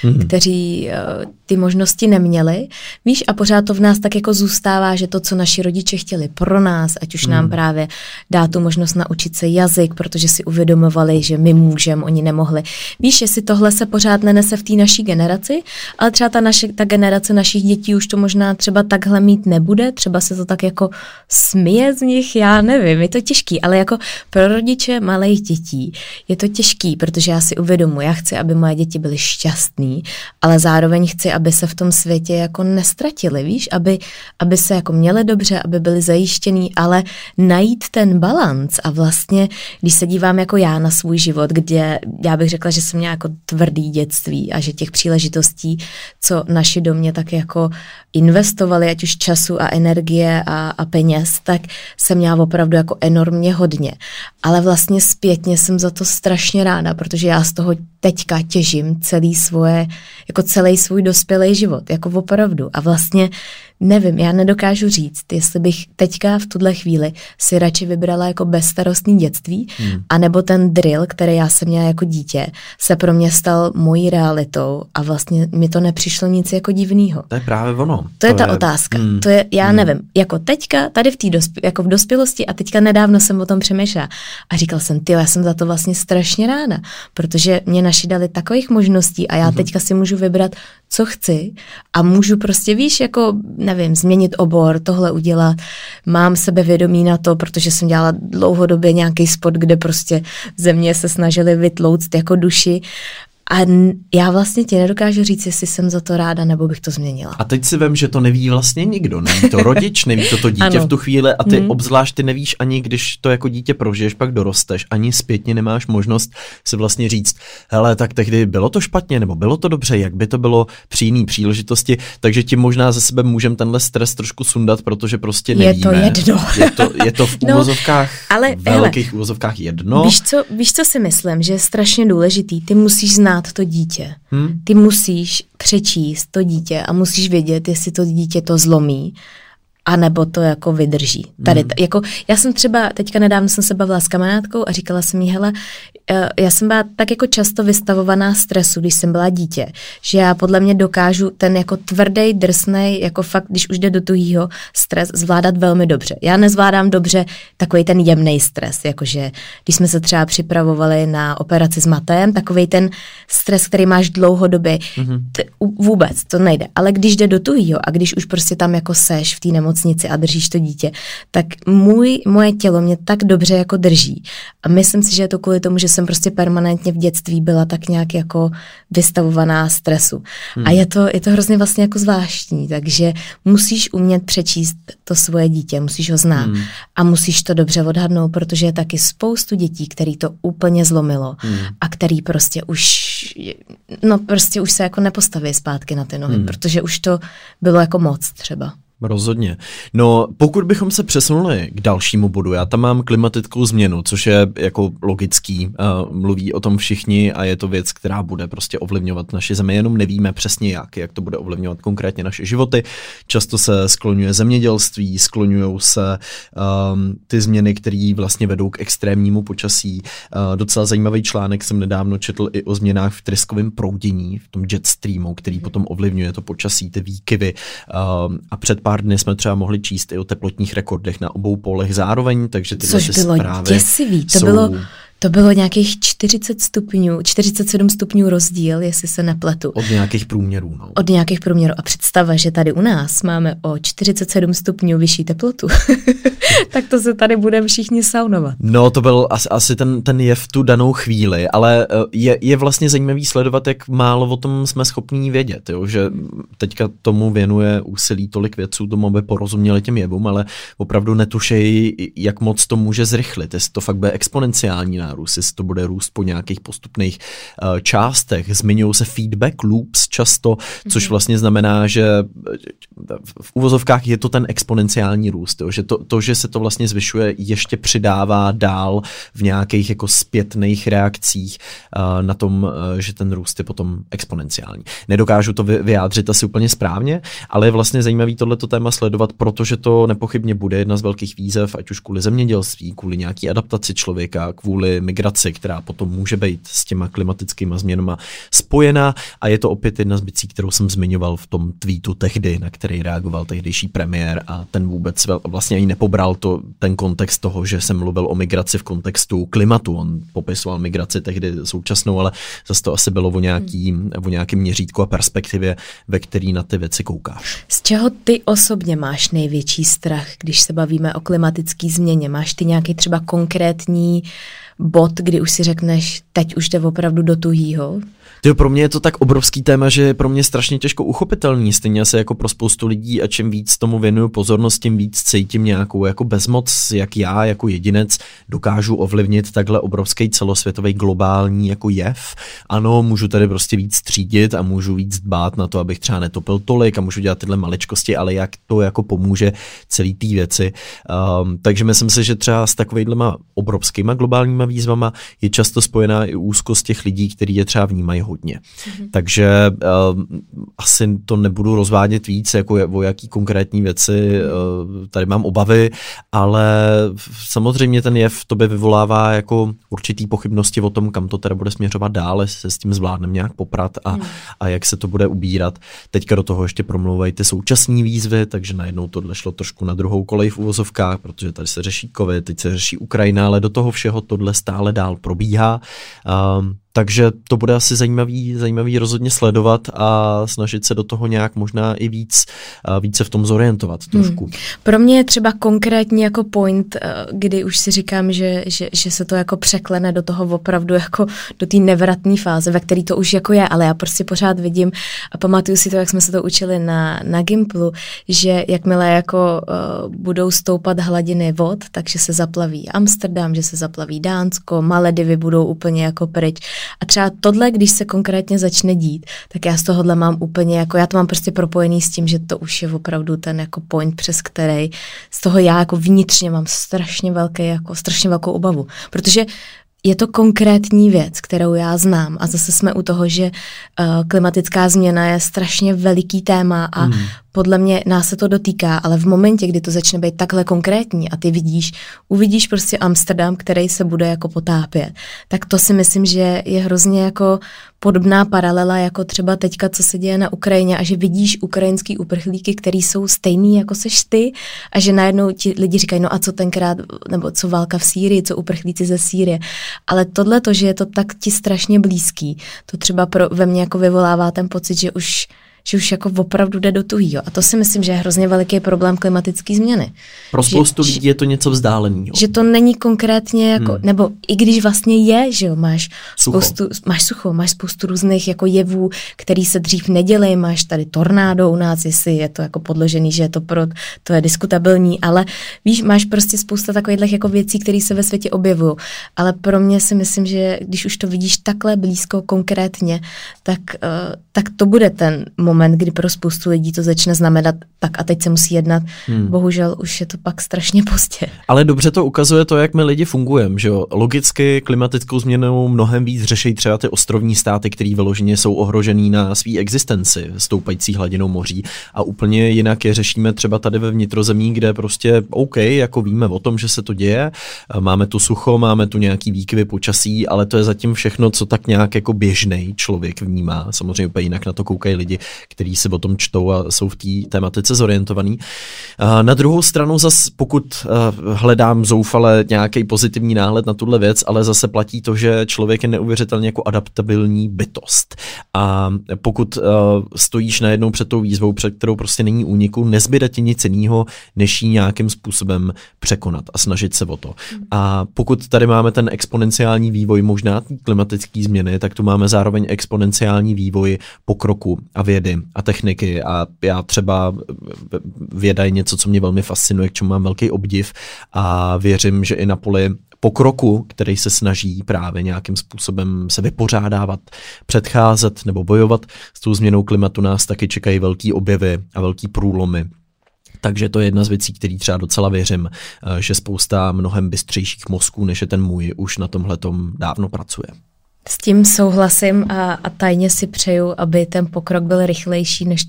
kteří ty možnosti neměli. Víš, a pořád to v nás tak jako zůstává, že to, co naši rodiče chtěli pro nás, ať už nám právě dá tu možnost naučit se jazyk, protože si uvědomovali, že my můžeme, oni nemohli. Víš, jestli tohle se pořád nenese v té naší generaci, ale třeba ta generace našich dětí už to možná třeba takhle mít nebude, třeba se to tak jako smije z nich, já nevím, je to těžký, ale jako pro rodiče malých dětí je to těžký, protože já si uvědomuji, já chci, aby moje děti byly šťastný, ale zároveň chci, aby se v tom světě jako nestratili, víš, aby se jako měli dobře, aby byli zajištěný, ale najít ten balanc a vlastně, když se dívám jako já na svůj život, kde já bych řekla, že jsem měla jako tvrdý dětství a že těch příležitostí, co naši do mě tak jako investovali, ať už času a energie a peněz, tak jsem měla opravdu jako enormně hodně. Ale vlastně zpětně jsem za to strašně ráda, protože já z toho teďka těžím celý svůj dospělý život, jako opravdu. A vlastně nevím, já nedokážu říct, jestli bych teďka v tuhle chvíli si radši vybrala jako bezstarostný dětství, anebo ten drill, který já jsem měla jako dítě, se pro mě stal mojí realitou a vlastně mi to nepřišlo nic jako divného. To je právě ono. To je ta otázka. To je, já nevím, jako teďka, tady jako v dospělosti a teďka nedávno jsem o tom přemýšlela a říkal jsem, já jsem za to vlastně strašně ráda, protože mě naši dali takových možností a já teďka si můžu vybrat, co chci a můžu prostě, víš, jako nevím, změnit obor, tohle udělat. Mám sebevědomí na to, protože jsem dělala dlouhodobě nějaký sport, kde prostě ze mě se snažili vytlouct jako duši. A já vlastně ti nedokážu říct, jestli jsem za to ráda, nebo bych to změnila. A teď si vem, že to neví vlastně nikdo. Neví to rodič, neví to dítě v tu chvíli a ty obzvlášť ty nevíš ani, když to jako dítě prožiješ, pak dorosteš, ani zpětně nemáš možnost si vlastně říct, hele, tak tehdy bylo to špatně, nebo bylo to dobře, jak by to bylo při jiný příležitosti, takže ti možná ze sebe můžeme tenhle stres trošku sundat, protože prostě nevíme. Je to jedno. je to v úvozovkách, velkých úvozovkách jedno. Víš, co si myslím, že je strašně důležitý, ty musíš znát to dítě. Ty musíš přečíst to dítě a musíš vědět, jestli to dítě to zlomí, anebo to jako vydrží. Tady, jako, já jsem třeba, teďka nedávno jsem se bavila s kamarádkou a říkala jsem jí, hele, já jsem byla tak jako často vystavovaná stresu, když jsem byla dítě, že já podle mě dokážu ten jako tvrdý, drsnej, jako fakt, když už jde do tuhýho stres, zvládat velmi dobře. Já nezvládám dobře takový ten jemný stres, jakože když jsme se třeba připravovali na operaci s Matejem, takovej ten stres, který máš dlouhodobě, vůbec to nejde. Ale když jde do tuhýho a když už prostě tam jako seš v té nemocnici a držíš to dítě, tak moje tělo mě tak dobře jako drží. A myslím si, že je to kvůli tomu, že jsem prostě permanentně v dětství byla tak nějak jako vystavovaná stresu. A je to hrozně vlastně jako zvláštní, takže musíš umět přečíst to svoje dítě, musíš ho znát a musíš to dobře odhadnout, protože je taky spoustu dětí, který to úplně zlomilo a který prostě už se jako nepostaví zpátky na ty nohy, protože už to bylo jako moc třeba. Rozhodně. No, pokud bychom se přesunuli k dalšímu bodu, já tam mám klimatickou změnu, což je jako logický, mluví o tom všichni a je to věc, která bude prostě ovlivňovat naši zemi, jenom nevíme přesně jak to bude ovlivňovat konkrétně naše životy. Často se skloňuje zemědělství, skloňují se ty změny, které vlastně vedou k extrémnímu počasí. Docela zajímavý článek jsem nedávno četl i o změnách v tryskovém proudění, v tom jet streamu, který potom ovlivňuje to počasí, ty výkyvy a před pár dny jsme třeba mohli číst i o teplotních rekordech na obou polech zároveň, takže tyhle což bylo děsivý. To bylo nějakých 47 stupňů rozdíl, jestli se nepletu. Od nějakých průměrů. No. Od nějakých průměrů. A představa, že tady u nás máme o 47 stupňů vyšší teplotu, tak to se tady budeme všichni saunovat. No, to byl asi ten jev v tu danou chvíli, ale je vlastně zajímavý sledovat, jak málo o tom jsme schopní vědět, jo? Že teďka tomu věnuje úsilí tolik vědců tomu, aby porozuměli těm jevům, ale opravdu netušejí, jak moc to může zrychlit, jestli to fakt bude exponenciální nárůst, jestli to bude růst po nějakých postupných částech. Zmiňují se feedback loops často, což vlastně znamená, že v uvozovkách je to ten exponenciální růst, jo? Že to, že se to vlastně zvyšuje, ještě přidává dál v nějakých jako zpětných reakcích na tom, že ten růst je potom exponenciální. Nedokážu to vyjádřit asi úplně správně, ale je vlastně zajímavý tohleto téma sledovat, protože to nepochybně bude jedna z velkých výzev, ať už kvůli zemědělství, kvůli nějaký adaptaci člověka, kvůli migraci, která potom může být s těma klimatickými změnama spojená, a je to opět jedna z věcí, kterou jsem zmiňoval v tom tweetu tehdy, na který reagoval tehdejší premiér, a ten vůbec vlastně ani nepobral ten kontext toho, že jsem mluvil o migraci v kontextu klimatu. On popisoval migraci tehdy současnou, ale zase to asi bylo o nějakém měřítku a perspektivě, ve který na ty věci koukáš. Z čeho ty osobně máš největší strach, když se bavíme o klimatické změně? Máš ty nějaký třeba konkrétní bod, kdy už si řekneš, teď už jde opravdu do tuhýho? Pro mě je to tak obrovský téma, že je pro mě strašně těžko uchopitelný, stejně asi jako pro spoustu lidí, a čím víc tomu věnuju pozornost, tím víc cítím nějakou jako bezmoc, jak já jako jedinec dokážu ovlivnit takhle obrovský celosvětový globální jako jev. Ano, můžu tady prostě víc třídit a můžu víc dbát na to, abych třeba netopil tolik, a můžu dělat tyhle maličkosti, ale jak to jako pomůže celý té věci. Takže myslím si, že třeba s takovýhlema obrovskýma globálníma výzvama je často spojená i úzkost těch lidí, kteří je třeba vnímají hodně. Takže asi to nebudu rozvádět víc, jako o jaký konkrétní věci tady mám obavy, ale samozřejmě ten jev v tobě vyvolává jako určitý pochybnosti o tom, kam to teda bude směřovat dál, jestli se s tím zvládneme nějak poprat a jak se to bude ubírat. Teďka do toho ještě promlouvají ty současné výzvy, takže najednou tohle šlo trošku na druhou kolej v uvozovkách, protože tady se řeší covid, teď se řeší Ukrajina, ale do toho všeho tohle stále dál probíhá. Takže to bude asi zajímavý rozhodně sledovat a snažit se do toho nějak možná i více v tom zorientovat trošku. Pro mě je třeba konkrétní jako point, kdy už si říkám, že se to jako překlene do toho opravdu jako do té nevratné fáze, ve který to už jako je, ale já prostě pořád vidím a pamatuju si to, jak jsme se to učili na Gimplu, že jakmile jako budou stoupat hladiny vod, takže se zaplaví Amsterdam, že se zaplaví Dánsko, Maledivy budou úplně jako pryč. A třeba tohle, když se konkrétně začne dít, tak já z tohohle mám úplně jako, já to mám prostě propojený s tím, že to už je opravdu ten jako point, přes který z toho já jako vnitřně mám strašně velkou obavu, protože je to konkrétní věc, kterou já znám, a zase jsme u toho, že klimatická změna je strašně veliký téma a podle mě nás se to dotýká, ale v momentě, kdy to začne být takhle konkrétní a ty uvidíš prostě Amsterdam, který se bude jako potápět, tak to si myslím, že je hrozně jako podobná paralela jako třeba teďka, co se děje na Ukrajině, a že vidíš ukrajinský uprchlíky, který jsou stejný jako seš ty, a že najednou ti lidi říkají, no a co tenkrát, nebo co válka v Sýrii, co uprchlíci ze Sýrie. Ale tohle, že je to tak ti strašně blízký, to třeba ve mně jako vyvolává ten pocit, že už jako opravdu jde do tuhýho. A to si myslím, že je hrozně veliký problém klimatické změny. Pro spoustu lidí je to něco vzdáleného. Že to není konkrétně jako, nebo i když vlastně je, že jo, máš sucho, máš spoustu různých jako jevů, který se dřív nedělají, máš tady tornádo u nás, jestli je to jako podložený, že je to je diskutabilní, ale víš, máš prostě spousta takových jako věcí, které se ve světě objevují. Ale pro mě si myslím, že když už to vidíš takhle blízko konkrétně, tak to bude ten moment, moment, kdy pro spoustu lidí to začne znamenat, tak a teď se musí jednat. Bohužel už je to pak strašně pozdě. Ale dobře to ukazuje to, jak my lidi fungujeme, že jo. Logicky klimatickou změnou mnohem víc řeší třeba ty ostrovní státy, které vyloženě jsou ohrožený na svý existenci stoupající hladinou moří, a úplně jinak je řešíme třeba tady ve vnitrozemí, kde prostě OK, jako víme o tom, že se to děje, máme tu sucho, máme tu nějaký výkyvy počasí, ale to je zatím všechno, co tak nějak jako běžnej člověk vnímá. Samozřejmě úplně jinak na to koukají lidi, kteří si o tom čtou a jsou v té tematice zorientovaný. Na druhou stranu zas, pokud hledám zoufale nějaký pozitivní náhled na tuhle věc, ale zase platí to, že člověk je neuvěřitelně jako adaptabilní bytost. A pokud stojíš najednou před tou výzvou, před kterou prostě není úniku, nezbyde ti nic jiného, než ji nějakým způsobem překonat a snažit se o to. A pokud tady máme ten exponenciální vývoj možná klimatické změny, tak tu máme zároveň exponenciální vývoj pokroku a vědy a techniky, a já třeba věda je něco, co mě velmi fascinuje, k čemu mám velký obdiv, a věřím, že i na poli pokroku, který se snaží právě nějakým způsobem se vypořádávat, předcházet nebo bojovat s tou změnou klimatu, nás taky čekají velký objevy a velký průlomy. Takže to je jedna z věcí, který třeba docela věřím, že spousta mnohem bystřejších mozků, než je ten můj, už na tomhletom dávno pracuje. S tím souhlasím a tajně si přeju, aby ten pokrok byl rychlejší než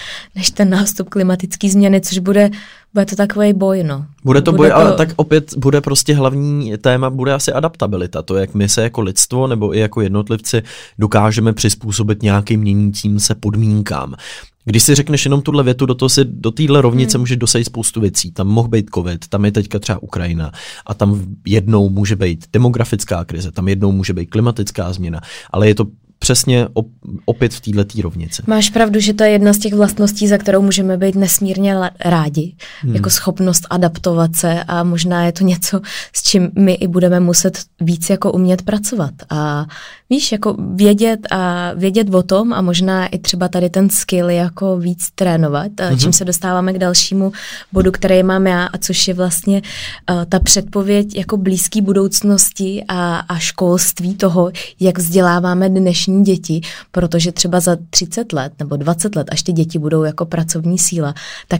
ten nástup klimatické změny, což bude to takový boj, no. Bude to boj, ale tak opět bude prostě hlavní téma, bude asi adaptabilita. To, jak my se jako lidstvo nebo i jako jednotlivci dokážeme přizpůsobit nějakým měnícím se podmínkám. Když si řekneš jenom tuhle větu, do téhle rovnice může dosejít spoustu věcí. Tam mohl být covid, tam je teďka třeba Ukrajina a tam jednou může být demografická krize, tam jednou může být klimatická změna, ale je to přesně opět v této rovnici. Máš pravdu, že to je jedna z těch vlastností, za kterou můžeme být nesmírně rádi, jako schopnost adaptovat se, a možná je to něco, s čím my i budeme muset víc jako umět pracovat. A víš, jako vědět o tom a možná i třeba tady ten skill jako víc trénovat, a čím se dostáváme k dalšímu bodu, který mám já, a což je vlastně ta předpověď jako blízké budoucnosti a školství toho, jak vzděláváme dnešní děti, protože třeba za 30 let nebo 20 let, až ty děti budou jako pracovní síla, tak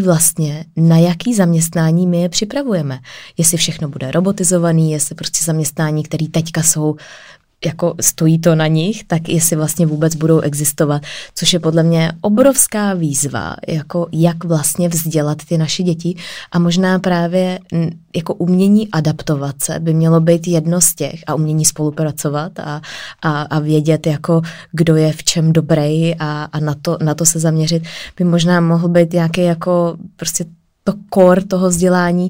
na jaký zaměstnání my je připravujeme. Jestli všechno bude robotizovaný, jestli prostě zaměstnání, které teďka jsou, jako stojí to na nich, tak jestli vlastně vůbec budou existovat, což je podle mě obrovská výzva, jako jak vlastně vzdělat ty naše děti, a možná právě jako umění adaptovat se by mělo být jedno z těch, a umění spolupracovat a vědět, jako kdo je v čem dobrý a na to se zaměřit, by možná mohl být nějaký jako prostě to core toho vzdělání,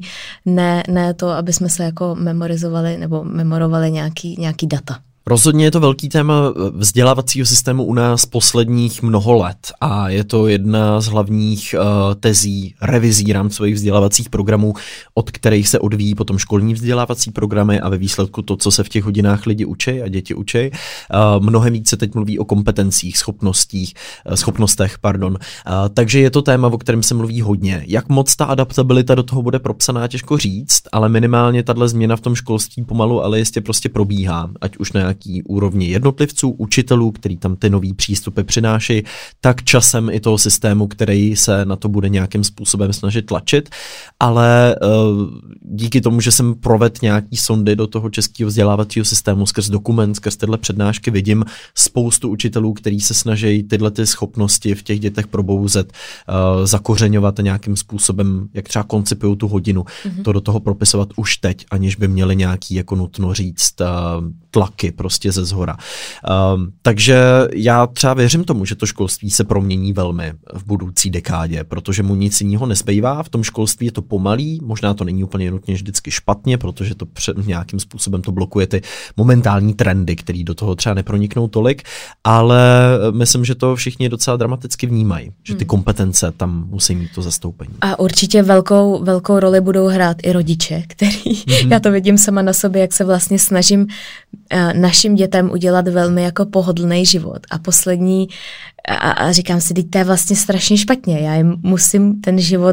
ne to, aby jsme se jako memorizovali nebo memorovali nějaký data. Rozhodně je to velký téma vzdělávacího systému u nás posledních mnoho let a je to jedna z hlavních tezí revizí rámcových vzdělávacích programů, od kterých se odvíjí potom školní vzdělávací programy a ve výsledku to, co se v těch hodinách lidi učí a děti učí. Mnohem víc se teď mluví o kompetencích, schopnostech. Takže je to téma, o kterém se mluví hodně. Jak moc ta adaptabilita do toho bude propsaná, těžko říct, ale minimálně tahle změna v tom školství pomalu, ale jistě prostě probíhá, ať už na nějaký úrovni jednotlivců, učitelů, který tam ty nový přístupy přinášejí, tak časem i toho systému, který se na to bude nějakým způsobem snažit tlačit, ale díky tomu, že jsem provedl nějaký sondy do toho českého vzdělávacího systému skrz dokument, skrz tyhle přednášky, vidím spoustu učitelů, kteří se snaží tyhle ty schopnosti v těch dětech probouzet, zakořeňovat nějakým způsobem, jak třeba koncipují tu hodinu, to do toho propisovat už teď, aniž by měli nějaký, jako nutno říct, tlaky prostě ze zhora. Takže já třeba věřím tomu, že to školství se promění velmi v budoucí dekádě, protože mu nic jiného nezbývá. V tom školství je to pomalý, možná to není úplně nutně vždycky špatně, protože to nějakým způsobem to blokuje ty momentální trendy, které do toho třeba neproniknou tolik, ale myslím, že to všichni docela dramaticky vnímají, že ty kompetence tam musí mít to zastoupení. A určitě velkou roli budou hrát i rodiče, který, já to vidím sama na sobě, jak se vlastně snažím našim dětem udělat velmi jako pohodlný život. A říkám si, teď to je vlastně strašně špatně. Já jim musím ten život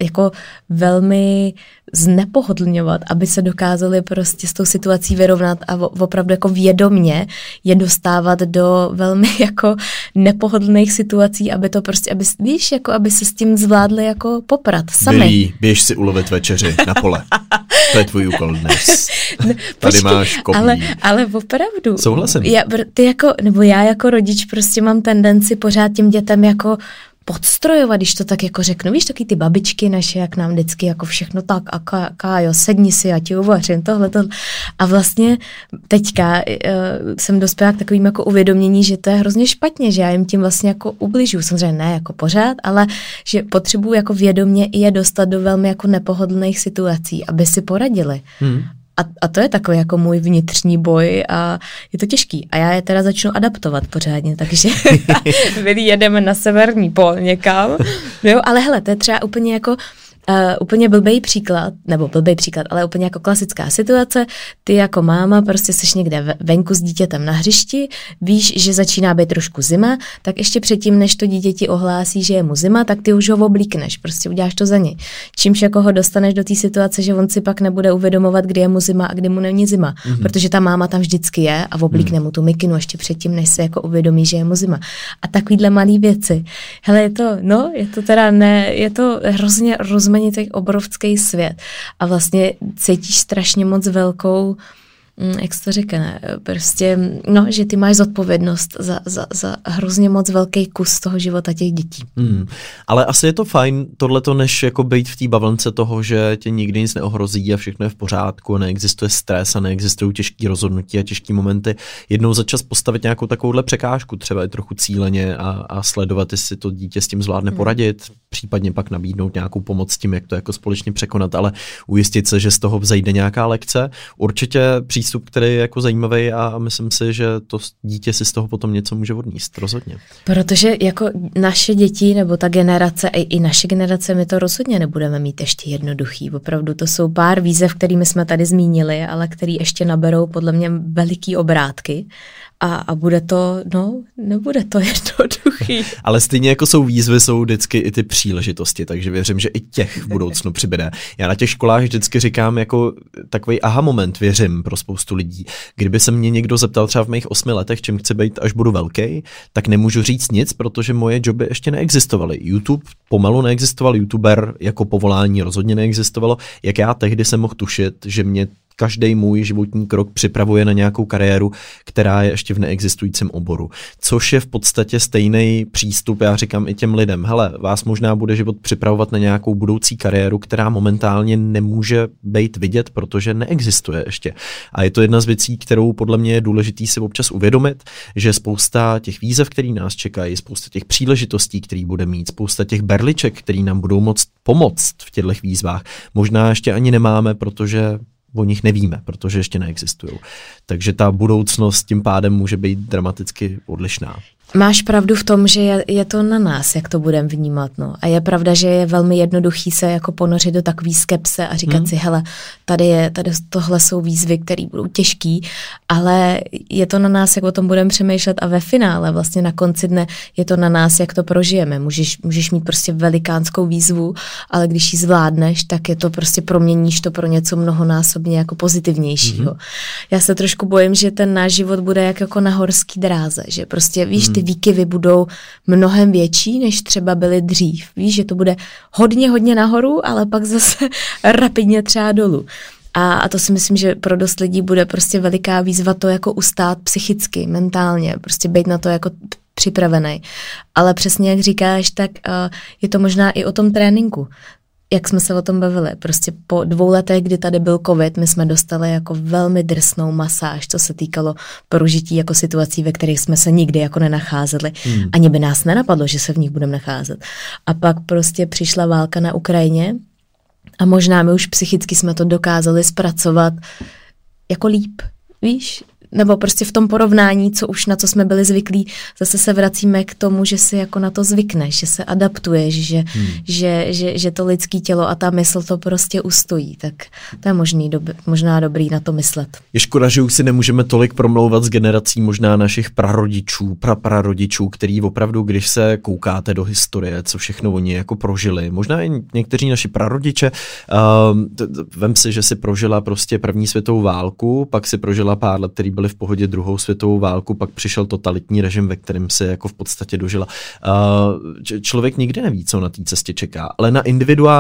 jako velmi znepohodlňovat, aby se dokázali prostě s tou situací vyrovnat a opravdu jako vědomně je dostávat do velmi jako nepohodlných situací, aby to prostě, víš, jako aby se s tím zvládli jako poprat sami. Billy, běž si ulovit večeři na pole. To je tvůj úkol dnes. Tady počkej, máš kopí. Ale opravdu. Souhlasím. Já jako rodič prostě mám tendenci pořád těm dětem jako podstrojovat, když to tak jako řeknu. Víš, taky ty babičky naše, jak nám vždycky jako všechno tak a Kájo, sedni si, já ti uvařím tohle. A vlastně teďka jsem dospěla k takovým jako uvědomění, že to je hrozně špatně, že já jim tím vlastně jako ubližuju. Samozřejmě ne jako pořád, ale že potřebuji jako vědomě je dostat do velmi jako nepohodlných situací, aby si poradili. A to je takový jako můj vnitřní boj a je to těžký. A já je teda začnu adaptovat pořádně, takže jedeme na severní pól někam. Jo, ale hele, to je třeba úplně jako úplně blbej příklad, ale úplně jako klasická situace. Ty jako máma prostě seš někde venku s dítětem na hřišti, víš, že začíná být trošku zima, tak ještě předtím, než to dítě ti ohlásí, že je mu zima, tak ty už ho oblíkneš, prostě uděláš to za něj. Čímž jako ho dostaneš do té situace, že on si pak nebude uvědomovat, kdy je mu zima a kdy mu není zima, protože ta máma tam vždycky je a oblíkne mu tu mikinu ještě předtím, než se jako uvědomí, že je mu zima. A takovýhle malý věci. Hele, je to hrozně rozmanitý obrovský svět a vlastně cítíš strašně moc velkou, jak se to řekne, prostě, že ty máš zodpovědnost za hrozně moc velký kus toho života těch dětí. Ale asi je to fajn tohleto, než jako být v té bavlnce toho, že tě nikdy nic neohrozí a všechno je v pořádku, neexistuje stres a neexistují těžké rozhodnutí a těžké momenty. Jednou za čas postavit nějakou takovouhle překážku, třeba i trochu cíleně a sledovat, jestli to dítě s tím zvládne poradit, případně pak nabídnout nějakou pomoc s tím, jak to jako společně překonat, ale ujistit se, že z toho vzejde nějaká lekce. Určitě přístup, který je jako zajímavý a myslím si, že to dítě si z toho potom něco může odníst, rozhodně. Protože jako naše děti nebo ta generace, i naše generace, my to rozhodně nebudeme mít ještě jednoduchý. Opravdu to jsou pár výzev, kterými jsme tady zmínili, ale který ještě naberou podle mě veliký obrátky. A bude to, nebude to jednoduchý. Ale stejně jako jsou výzvy, jsou vždycky i ty příležitosti, takže věřím, že i těch v budoucnu přibude. Já na těch školách vždycky říkám jako takový aha moment, věřím, pro spoustu lidí. Kdyby se mě někdo zeptal třeba v mých 8 letech, čím chci být, až budu velký, tak nemůžu říct nic, protože moje joby ještě neexistovaly. YouTube pomalu neexistoval, YouTuber jako povolání rozhodně neexistovalo. Jak já tehdy jsem mohl tušit, že mě každý můj životní krok připravuje na nějakou kariéru, která je ještě v neexistujícím oboru. Což je v podstatě stejný přístup, já říkám i těm lidem. Hele, vás možná bude život připravovat na nějakou budoucí kariéru, která momentálně nemůže být vidět, protože neexistuje ještě. A je to jedna z věcí, kterou podle mě je důležitý si občas uvědomit, že spousta těch výzev, který nás čekají, spousta těch příležitostí, který bude mít, spousta těch berliček, který nám budou moct pomoct v těchto výzvách, možná ještě ani nemáme, protože o nich nevíme, protože ještě neexistují. Takže ta budoucnost tím pádem může být dramaticky odlišná. Máš pravdu v tom, že je to na nás, jak to budeme vnímat. No. A je pravda, že je velmi jednoduchý se jako ponořit do takový skepse a říkat si, hele, tady tohle jsou výzvy, které budou těžký, ale je to na nás, jak o tom budeme přemýšlet a ve finále, vlastně na konci dne, je to na nás, jak to prožijeme. Můžeš mít prostě velikánskou výzvu, ale když ji zvládneš, tak je to prostě proměníš to pro něco mnohonásobně jako pozitivnějšího. Já se trošku bojím, že ten náš život bude jako na horský dráze, že prostě víš, ty výkyvy budou mnohem větší, než třeba byly dřív. Víš, že to bude hodně nahoru, ale pak zase rapidně třeba dolů. A to si myslím, že pro dost lidí bude prostě veliká výzva to jako ustát psychicky, mentálně, prostě být na to jako připravený. Ale přesně jak říkáš, tak je to možná i o tom tréninku. Jak jsme se o tom bavili, prostě po 2 letech, kdy tady byl covid, my jsme dostali jako velmi drsnou masáž, co se týkalo prožití jako situací, ve kterých jsme se nikdy jako nenacházeli. Ani by nás nenapadlo, že se v nich budeme nacházet. A pak prostě přišla válka na Ukrajině a možná my už psychicky jsme to dokázali zpracovat jako líp. Víš, nebo prostě v tom porovnání, na co jsme byli zvyklí, zase se vracíme k tomu, že si jako na to zvykneš, že se adaptuješ, že to lidské tělo a ta mysl to prostě ustojí. Tak to je možná dobrý na to myslet. Je škoda, že už si nemůžeme tolik promlouvat s generací možná našich prarodičů, praprarodičů, který opravdu, když se koukáte do historie, co všechno oni jako prožili. Možná i někteří naši prarodiče, vem si, že si prožila prostě první světovou válku, pak si prožila pár let, který byli v pohodě druhou světovou válku, pak přišel totalitní režim, ve kterém se jako v podstatě dožila. Člověk nikdy neví, co na té cestě čeká, ale na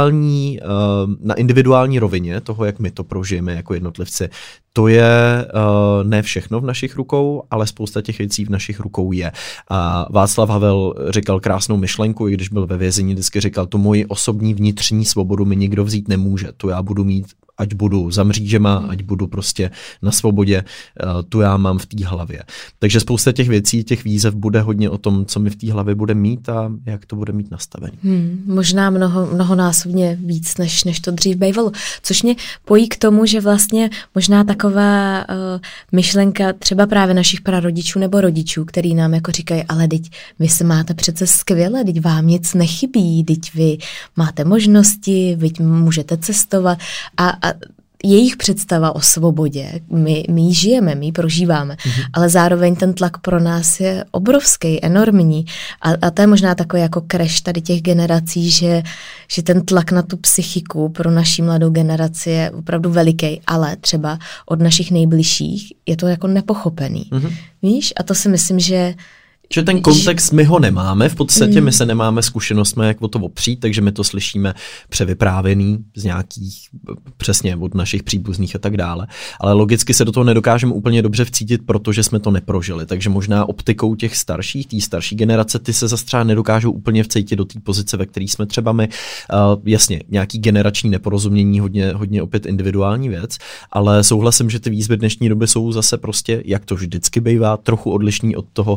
individuální rovině toho, jak my to prožijeme jako jednotlivci, to je ne všechno v našich rukou, ale spousta těch věcí v našich rukou je. A Václav Havel říkal krásnou myšlenku, i když byl ve vězení, vždycky říkal, tu moji osobní vnitřní svobodu mi nikdo vzít nemůže. Tu já budu mít, ať budu za mřížema, ať budu prostě na svobodě, tu já mám v té hlavě. Takže spousta těch věcí, těch výzev bude hodně o tom, co mi v té hlavě bude mít a jak to bude mít nastavený. Možná mnohonásobně víc, než to dřív bývalo. Což mě pojí k tomu, že vlastně možná taková myšlenka třeba právě našich prarodičů nebo rodičů, který nám jako říkají, ale teď vy se máte přece skvěle, teď vám nic nechybí, teď vy máte možnosti, vy můžete cestovat a jejich představa o svobodě, my ji žijeme, my ji prožíváme, ale zároveň ten tlak pro nás je obrovský, enormní a to je možná takový jako crash tady těch generací, že ten tlak na tu psychiku pro naši mladou generaci je opravdu veliký, ale třeba od našich nejbližších je to jako nepochopený. Víš? A to si myslím, že ten kontext my ho nemáme, v podstatě my se nemáme zkušenostmi, jak o to opřít, takže my to slyšíme převyprávěný z nějakých, přesně od našich příbuzných a tak dále. Ale logicky se do toho nedokážeme úplně dobře vcítit, protože jsme to neprožili. Takže možná optikou těch starších, té starší generace, ty se zase třeba nedokážou úplně vcítit do té pozice, ve které jsme třeba my. Jasně, nějaký generační neporozumění, hodně opět individuální věc, ale souhlasím, že ty výzvy dnešní doby jsou zase prostě, jak to vždycky bývá, trochu odlišný od toho,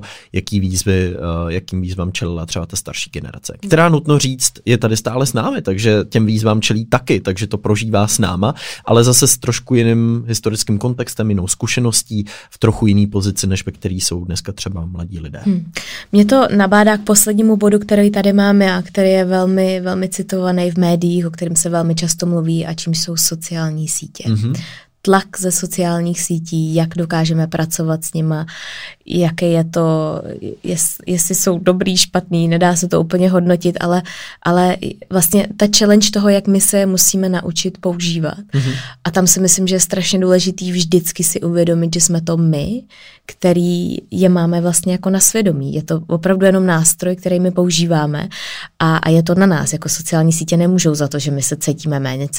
jakým výzvám čelila třeba ta starší generace, která nutno říct je tady stále s námi, takže těm výzvám čelí taky, takže to prožívá s náma, ale zase s trošku jiným historickým kontextem, jinou zkušeností, v trochu jiný pozici, než ve který jsou dneska třeba mladí lidé. Mě to nabádá k poslednímu bodu, který tady máme a který je velmi, velmi citovaný v médiích, o kterém se velmi často mluví a čím jsou sociální sítě. Tlak ze sociálních sítí, jak dokážeme pracovat s nima, jaké je to, jestli jsou dobrý, špatný, nedá se to úplně hodnotit, ale vlastně ta challenge toho, jak my se musíme naučit používat. A tam si myslím, že je strašně důležitý vždycky si uvědomit, že jsme to my, který je máme vlastně jako na svědomí. Je to opravdu jenom nástroj, který my používáme a je to na nás. Jako sociální sítě nemůžou za to, že my se cítíme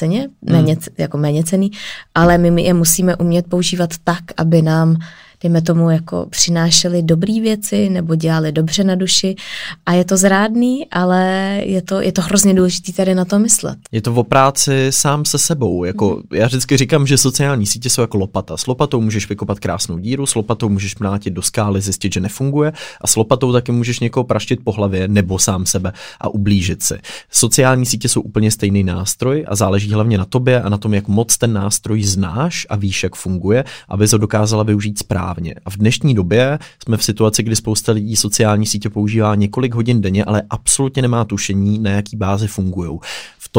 méněcenný, ale my je musíme umět používat tak, aby nám, dejme tomu, jako přinášely dobré věci nebo dělali dobře na duši a je to zrádný, ale je to hrozně důležité tady na to myslet. Je to o práci sám se sebou. Jako, já vždycky říkám, že sociální sítě jsou jako lopata. S lopatou můžeš vykopat krásnou díru, s lopatou můžeš mlátit do skály, zjistit, že nefunguje a s lopatou taky můžeš někoho praštit po hlavě nebo sám sebe a ublížit si. Sociální sítě jsou úplně stejný nástroj a záleží hlavně na tobě a na tom, jak moc ten nástroj znáš a víš, jak funguje, aby to dokázala využít správně. A v dnešní době jsme v situaci, kdy spousta lidí sociální sítě používá několik hodin denně, ale absolutně nemá tušení, na jaký bázi fungují. O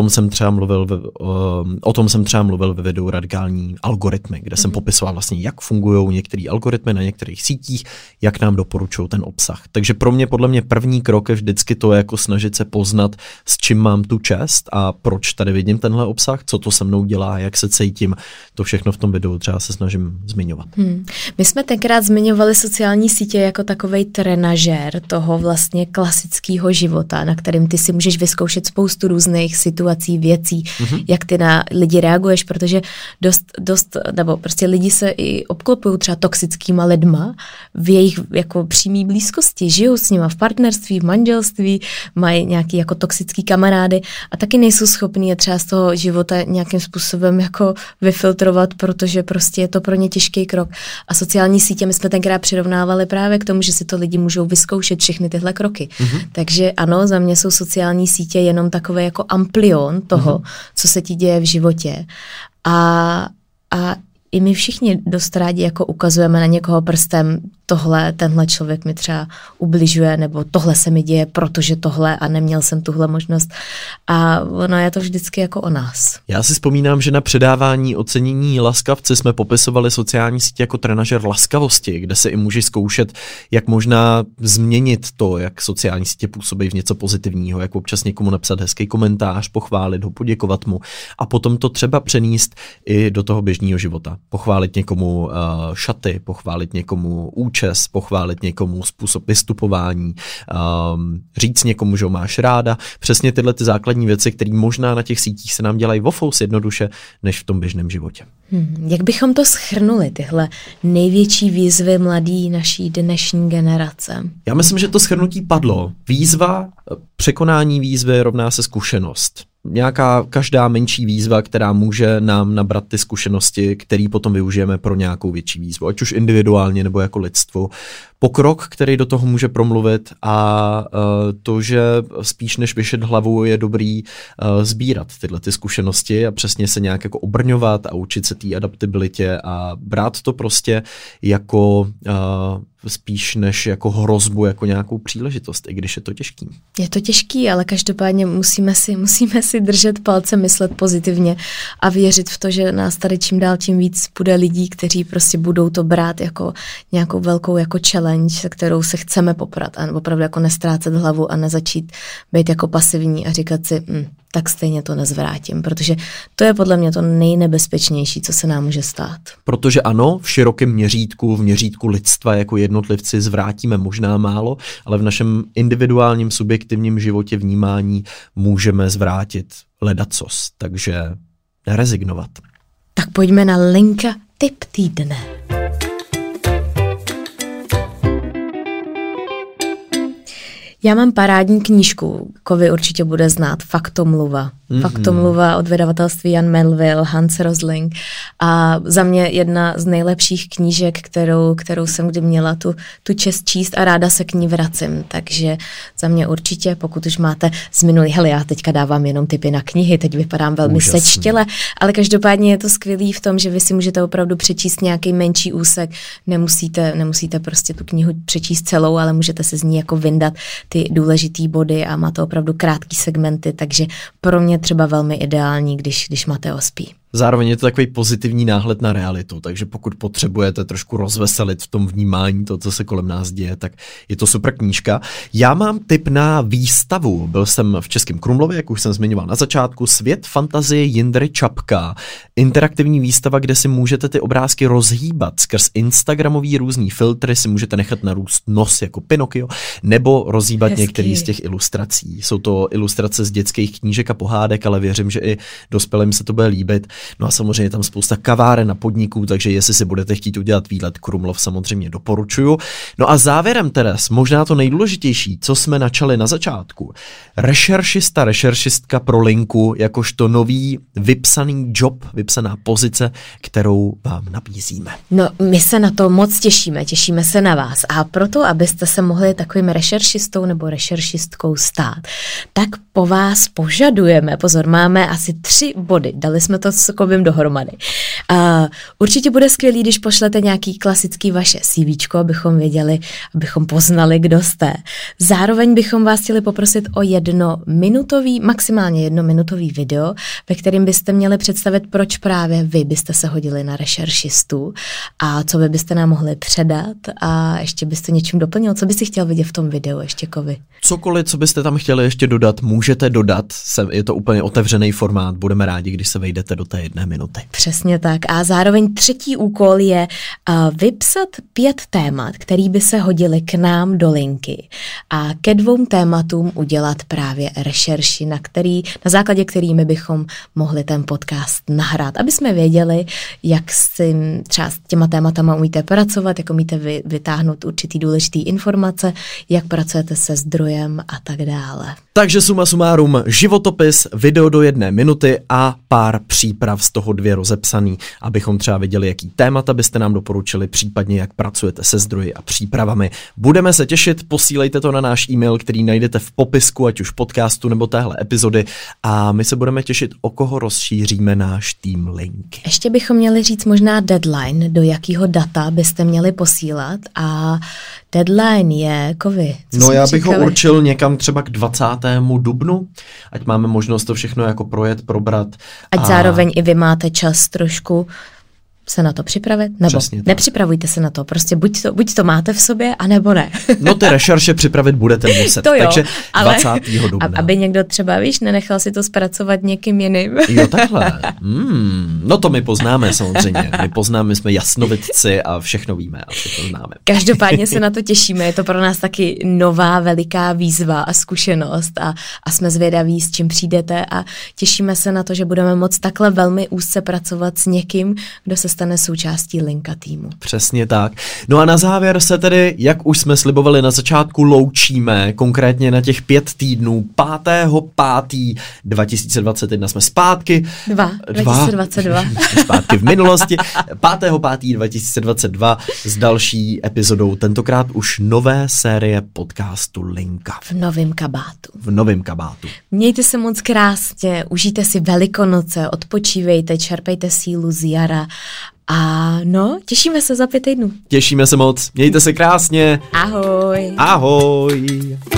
tom jsem třeba mluvil ve videu Radikální algoritmy, kde jsem popisoval vlastně, jak fungují některé algoritmy na některých sítích, jak nám doporučují ten obsah. Takže pro mě, podle mě, první krok je vždycky to, jako snažit se poznat, s čím mám tu čest a proč tady vidím tenhle obsah, co to se mnou dělá, jak se cítím. To všechno v tom videu třeba se snažím zmiňovat. My jsme tenkrát zmiňovali sociální sítě jako takovej trenažér toho vlastně klasického života, na kterým ty si můžeš vyzkoušet spoustu různých situací, věcí, jak ty na lidi reaguješ, protože dost nebo prostě lidi se i obklopují třeba toxickýma lidma v jejich jako přímý blízkosti, žijou s nima v partnerství, v manželství, mají nějaký jako toxický kamarády a taky nejsou schopní je třeba z toho života nějakým způsobem jako vyfiltrovat, protože prostě je to pro ně těžký krok. A sociální sítě my jsme tenkrát přirovnávali právě k tomu, že si to lidi můžou vyzkoušet všechny tyhle kroky. Takže ano, za mě jsou sociální sítě jenom takové jako amplion toho, co se ti děje v životě. A i my všichni dost rádi jako ukazujeme na někoho prstem, tenhle člověk mi třeba ubližuje, nebo tohle se mi děje, protože tohle a neměl jsem tuhle možnost. A ono je to vždycky jako o nás. Já si vzpomínám, že na předávání ocenění Laskavci jsme popisovali sociální sítě jako trenažer laskavosti, kde se i může zkoušet, jak možná změnit to, jak sociální sítě působí v něco pozitivního, jak občas někomu napsat hezký komentář, pochválit ho, poděkovat mu a potom to třeba přenést i do toho běžného života. Pochválit někomu šaty, pochválit někomu účes, pochválit někomu způsob vystupování, říct někomu, že ho máš ráda. Přesně tyhle ty základní věci, které možná na těch sítích se nám dělají o fous jednoduše, než v tom běžném životě. Jak bychom to shrnuli, tyhle největší výzvy mladý naší dnešní generace? Já myslím, že to shrnutí padlo. Výzva, překonání výzvy rovná se zkušenost. Každá menší výzva, která může nám nabrat ty zkušenosti, které potom využijeme pro nějakou větší výzvu, ať už individuálně nebo jako lidstvo. Pokrok, který do toho může promluvit a to, že spíš než vyšet hlavu je dobrý sbírat tyhle ty zkušenosti a přesně se nějak jako obrňovat a učit se té adaptabilitě a brát to prostě jako spíš než jako hrozbu, jako nějakou příležitost, i když je to těžký. Je to těžký, ale každopádně musíme si držet palce, myslet pozitivně a věřit v to, že nás tady čím dál tím víc bude lidí, kteří prostě budou to brát jako nějakou velkou jako challenge, se kterou se chceme poprat a opravdu jako nestrácet hlavu a nezačít být jako pasivní a říkat si, tak stejně to nezvrátím, protože to je podle mě to nejnebezpečnější, co se nám může stát. Protože ano, v širokém měřítku, v měřítku lidstva jako jednotlivci zvrátíme možná málo, ale v našem individuálním subjektivním životě vnímání můžeme zvrátit ledacos, takže nerezignovat. Tak pojďme na Linka tip týdne. Já mám parádní knížku, Kovy určitě bude znát, Faktomluva. Faktomluva od vydavatelství Jan Melville, Hans Rosling. A za mě jedna z nejlepších knížek, kterou jsem kdy měla tu čest číst a ráda se k ní vracím. Takže za mě určitě, pokud už máte z minulý, já teďka dávám jenom tipy na knihy, teď vypadám velmi sečtěle, ale každopádně je to skvělý v tom, že vy si můžete opravdu přečíst nějaký menší úsek, nemusíte prostě tu knihu přečíst celou, ale můžete se z ní jako vyndat ty důležitý body a má to opravdu krátký segmenty, takže pro mě třeba velmi ideální, když máte ospí. Zároveň je to takový pozitivní náhled na realitu, takže pokud potřebujete trošku rozveselit v tom vnímání to, co se kolem nás děje, tak je to super knížka. Já mám tip na výstavu. Byl jsem v Českém Krumlově, jak už jsem zmiňoval na začátku, Svět fantazie Jindry Čapka. Interaktivní výstava, kde si můžete ty obrázky rozhýbat skrz instagramový různý filtry, si můžete nechat narůst nos jako Pinokio, nebo rozhýbat některý z těch ilustrací. Jsou to ilustrace z dětských knížek a pohádek, ale věřím, že i dospělým se to bude líbit. No a samozřejmě je tam spousta kaváren a podniků, takže jestli si budete chtít udělat výlet Krumlov, samozřejmě doporučuju. No a závěrem Teres, možná to nejdůležitější, co jsme načali na začátku. Rešeršistka pro Linku, jakožto nový vypsaný job, vypsaná pozice, kterou vám nabízíme. No, my se na to moc těšíme se na vás a proto, abyste se mohli takovým rešeršistou nebo rešeršistkou stát, tak po vás požadujeme, pozor, máme asi 3 body, dali jsme to s Kovým dohromady. Určitě bude skvělý, když pošlete nějaký klasický vaše CVčko, abychom věděli, abychom poznali, kdo jste. Zároveň bychom vás chtěli poprosit o maximálně jednominutový video, ve kterém byste měli představit, proč právě vy byste se hodili na rešeršistu a co vy byste nám mohli předat a ještě byste něčím doplnil, co byste chtěl vidět v tom videu ještě, Kovy. Cokoliv, co byste tam chtěli ještě dodat, můžete dodat, je to úplně otevřený formát, budeme rádi, když se vejdete do té 1 minuty. Přesně tak. A zároveň 3. úkol je vypsat 5 témat, který by se hodily k nám do Linky a ke 2 tématům udělat právě rešerši, na základě kterými bychom mohli ten podcast nahrát, aby jsme věděli, jak si třeba s těma tématama umíte pracovat, jak umíte vytáhnout určitý důležitý informace, jak pracujete se zdrojem a tak dále. Takže suma sumárum, životopis, video do 1 minuty a pár příprav, z toho 2 rozepsaný, abychom třeba viděli, jaký témata byste nám doporučili, případně jak pracujete se zdroji a přípravami. Budeme se těšit, posílejte to na náš e-mail, který najdete v popisku, ať už podcastu nebo téhle epizody, a my se budeme těšit, o koho rozšíříme náš tým linky. Ještě bychom měli říct možná deadline, do jakého data byste měli posílat, a deadline je kovy. No já bych ho určil někam třeba k 20. dubnu, ať máme možnost to všechno jako projet, probrat. Ať zároveň i vy máte čas trošku se na to připravit, nebo nepřipravujte se na to, prostě buď to máte v sobě, anebo ne. No ty rešerše připravit budete muset, to jo, takže 20. dubna. Aby někdo třeba, nenechal si to zpracovat někým jiným. Jo, takhle. No to my poznáme samozřejmě, my jsme jasnovidci a všechno víme a všechno známe. Každopádně se na to těšíme, je to pro nás taky nová veliká výzva a zkušenost a jsme zvědaví, s čím přijdete, a těšíme se na to, že budeme moct takhle velmi úzce pracovat s někým, kdo se stane součástí Linka týmu. Přesně tak. No a na závěr se tedy, jak už jsme slibovali na začátku, loučíme, konkrétně na těch 5 týdnů. 5.5.2021 jsme zpátky. 2022. Zpátky v minulosti. 5.5.2022 s další epizodou, tentokrát už nové série podcastu Linka. V novém kabátu. Mějte se moc krásně, užijte si Velikonoce, odpočívejte, čerpejte sílu z jara. A těšíme se za 5 týdnů. Těšíme se moc. Mějte se krásně. Ahoj. Ahoj.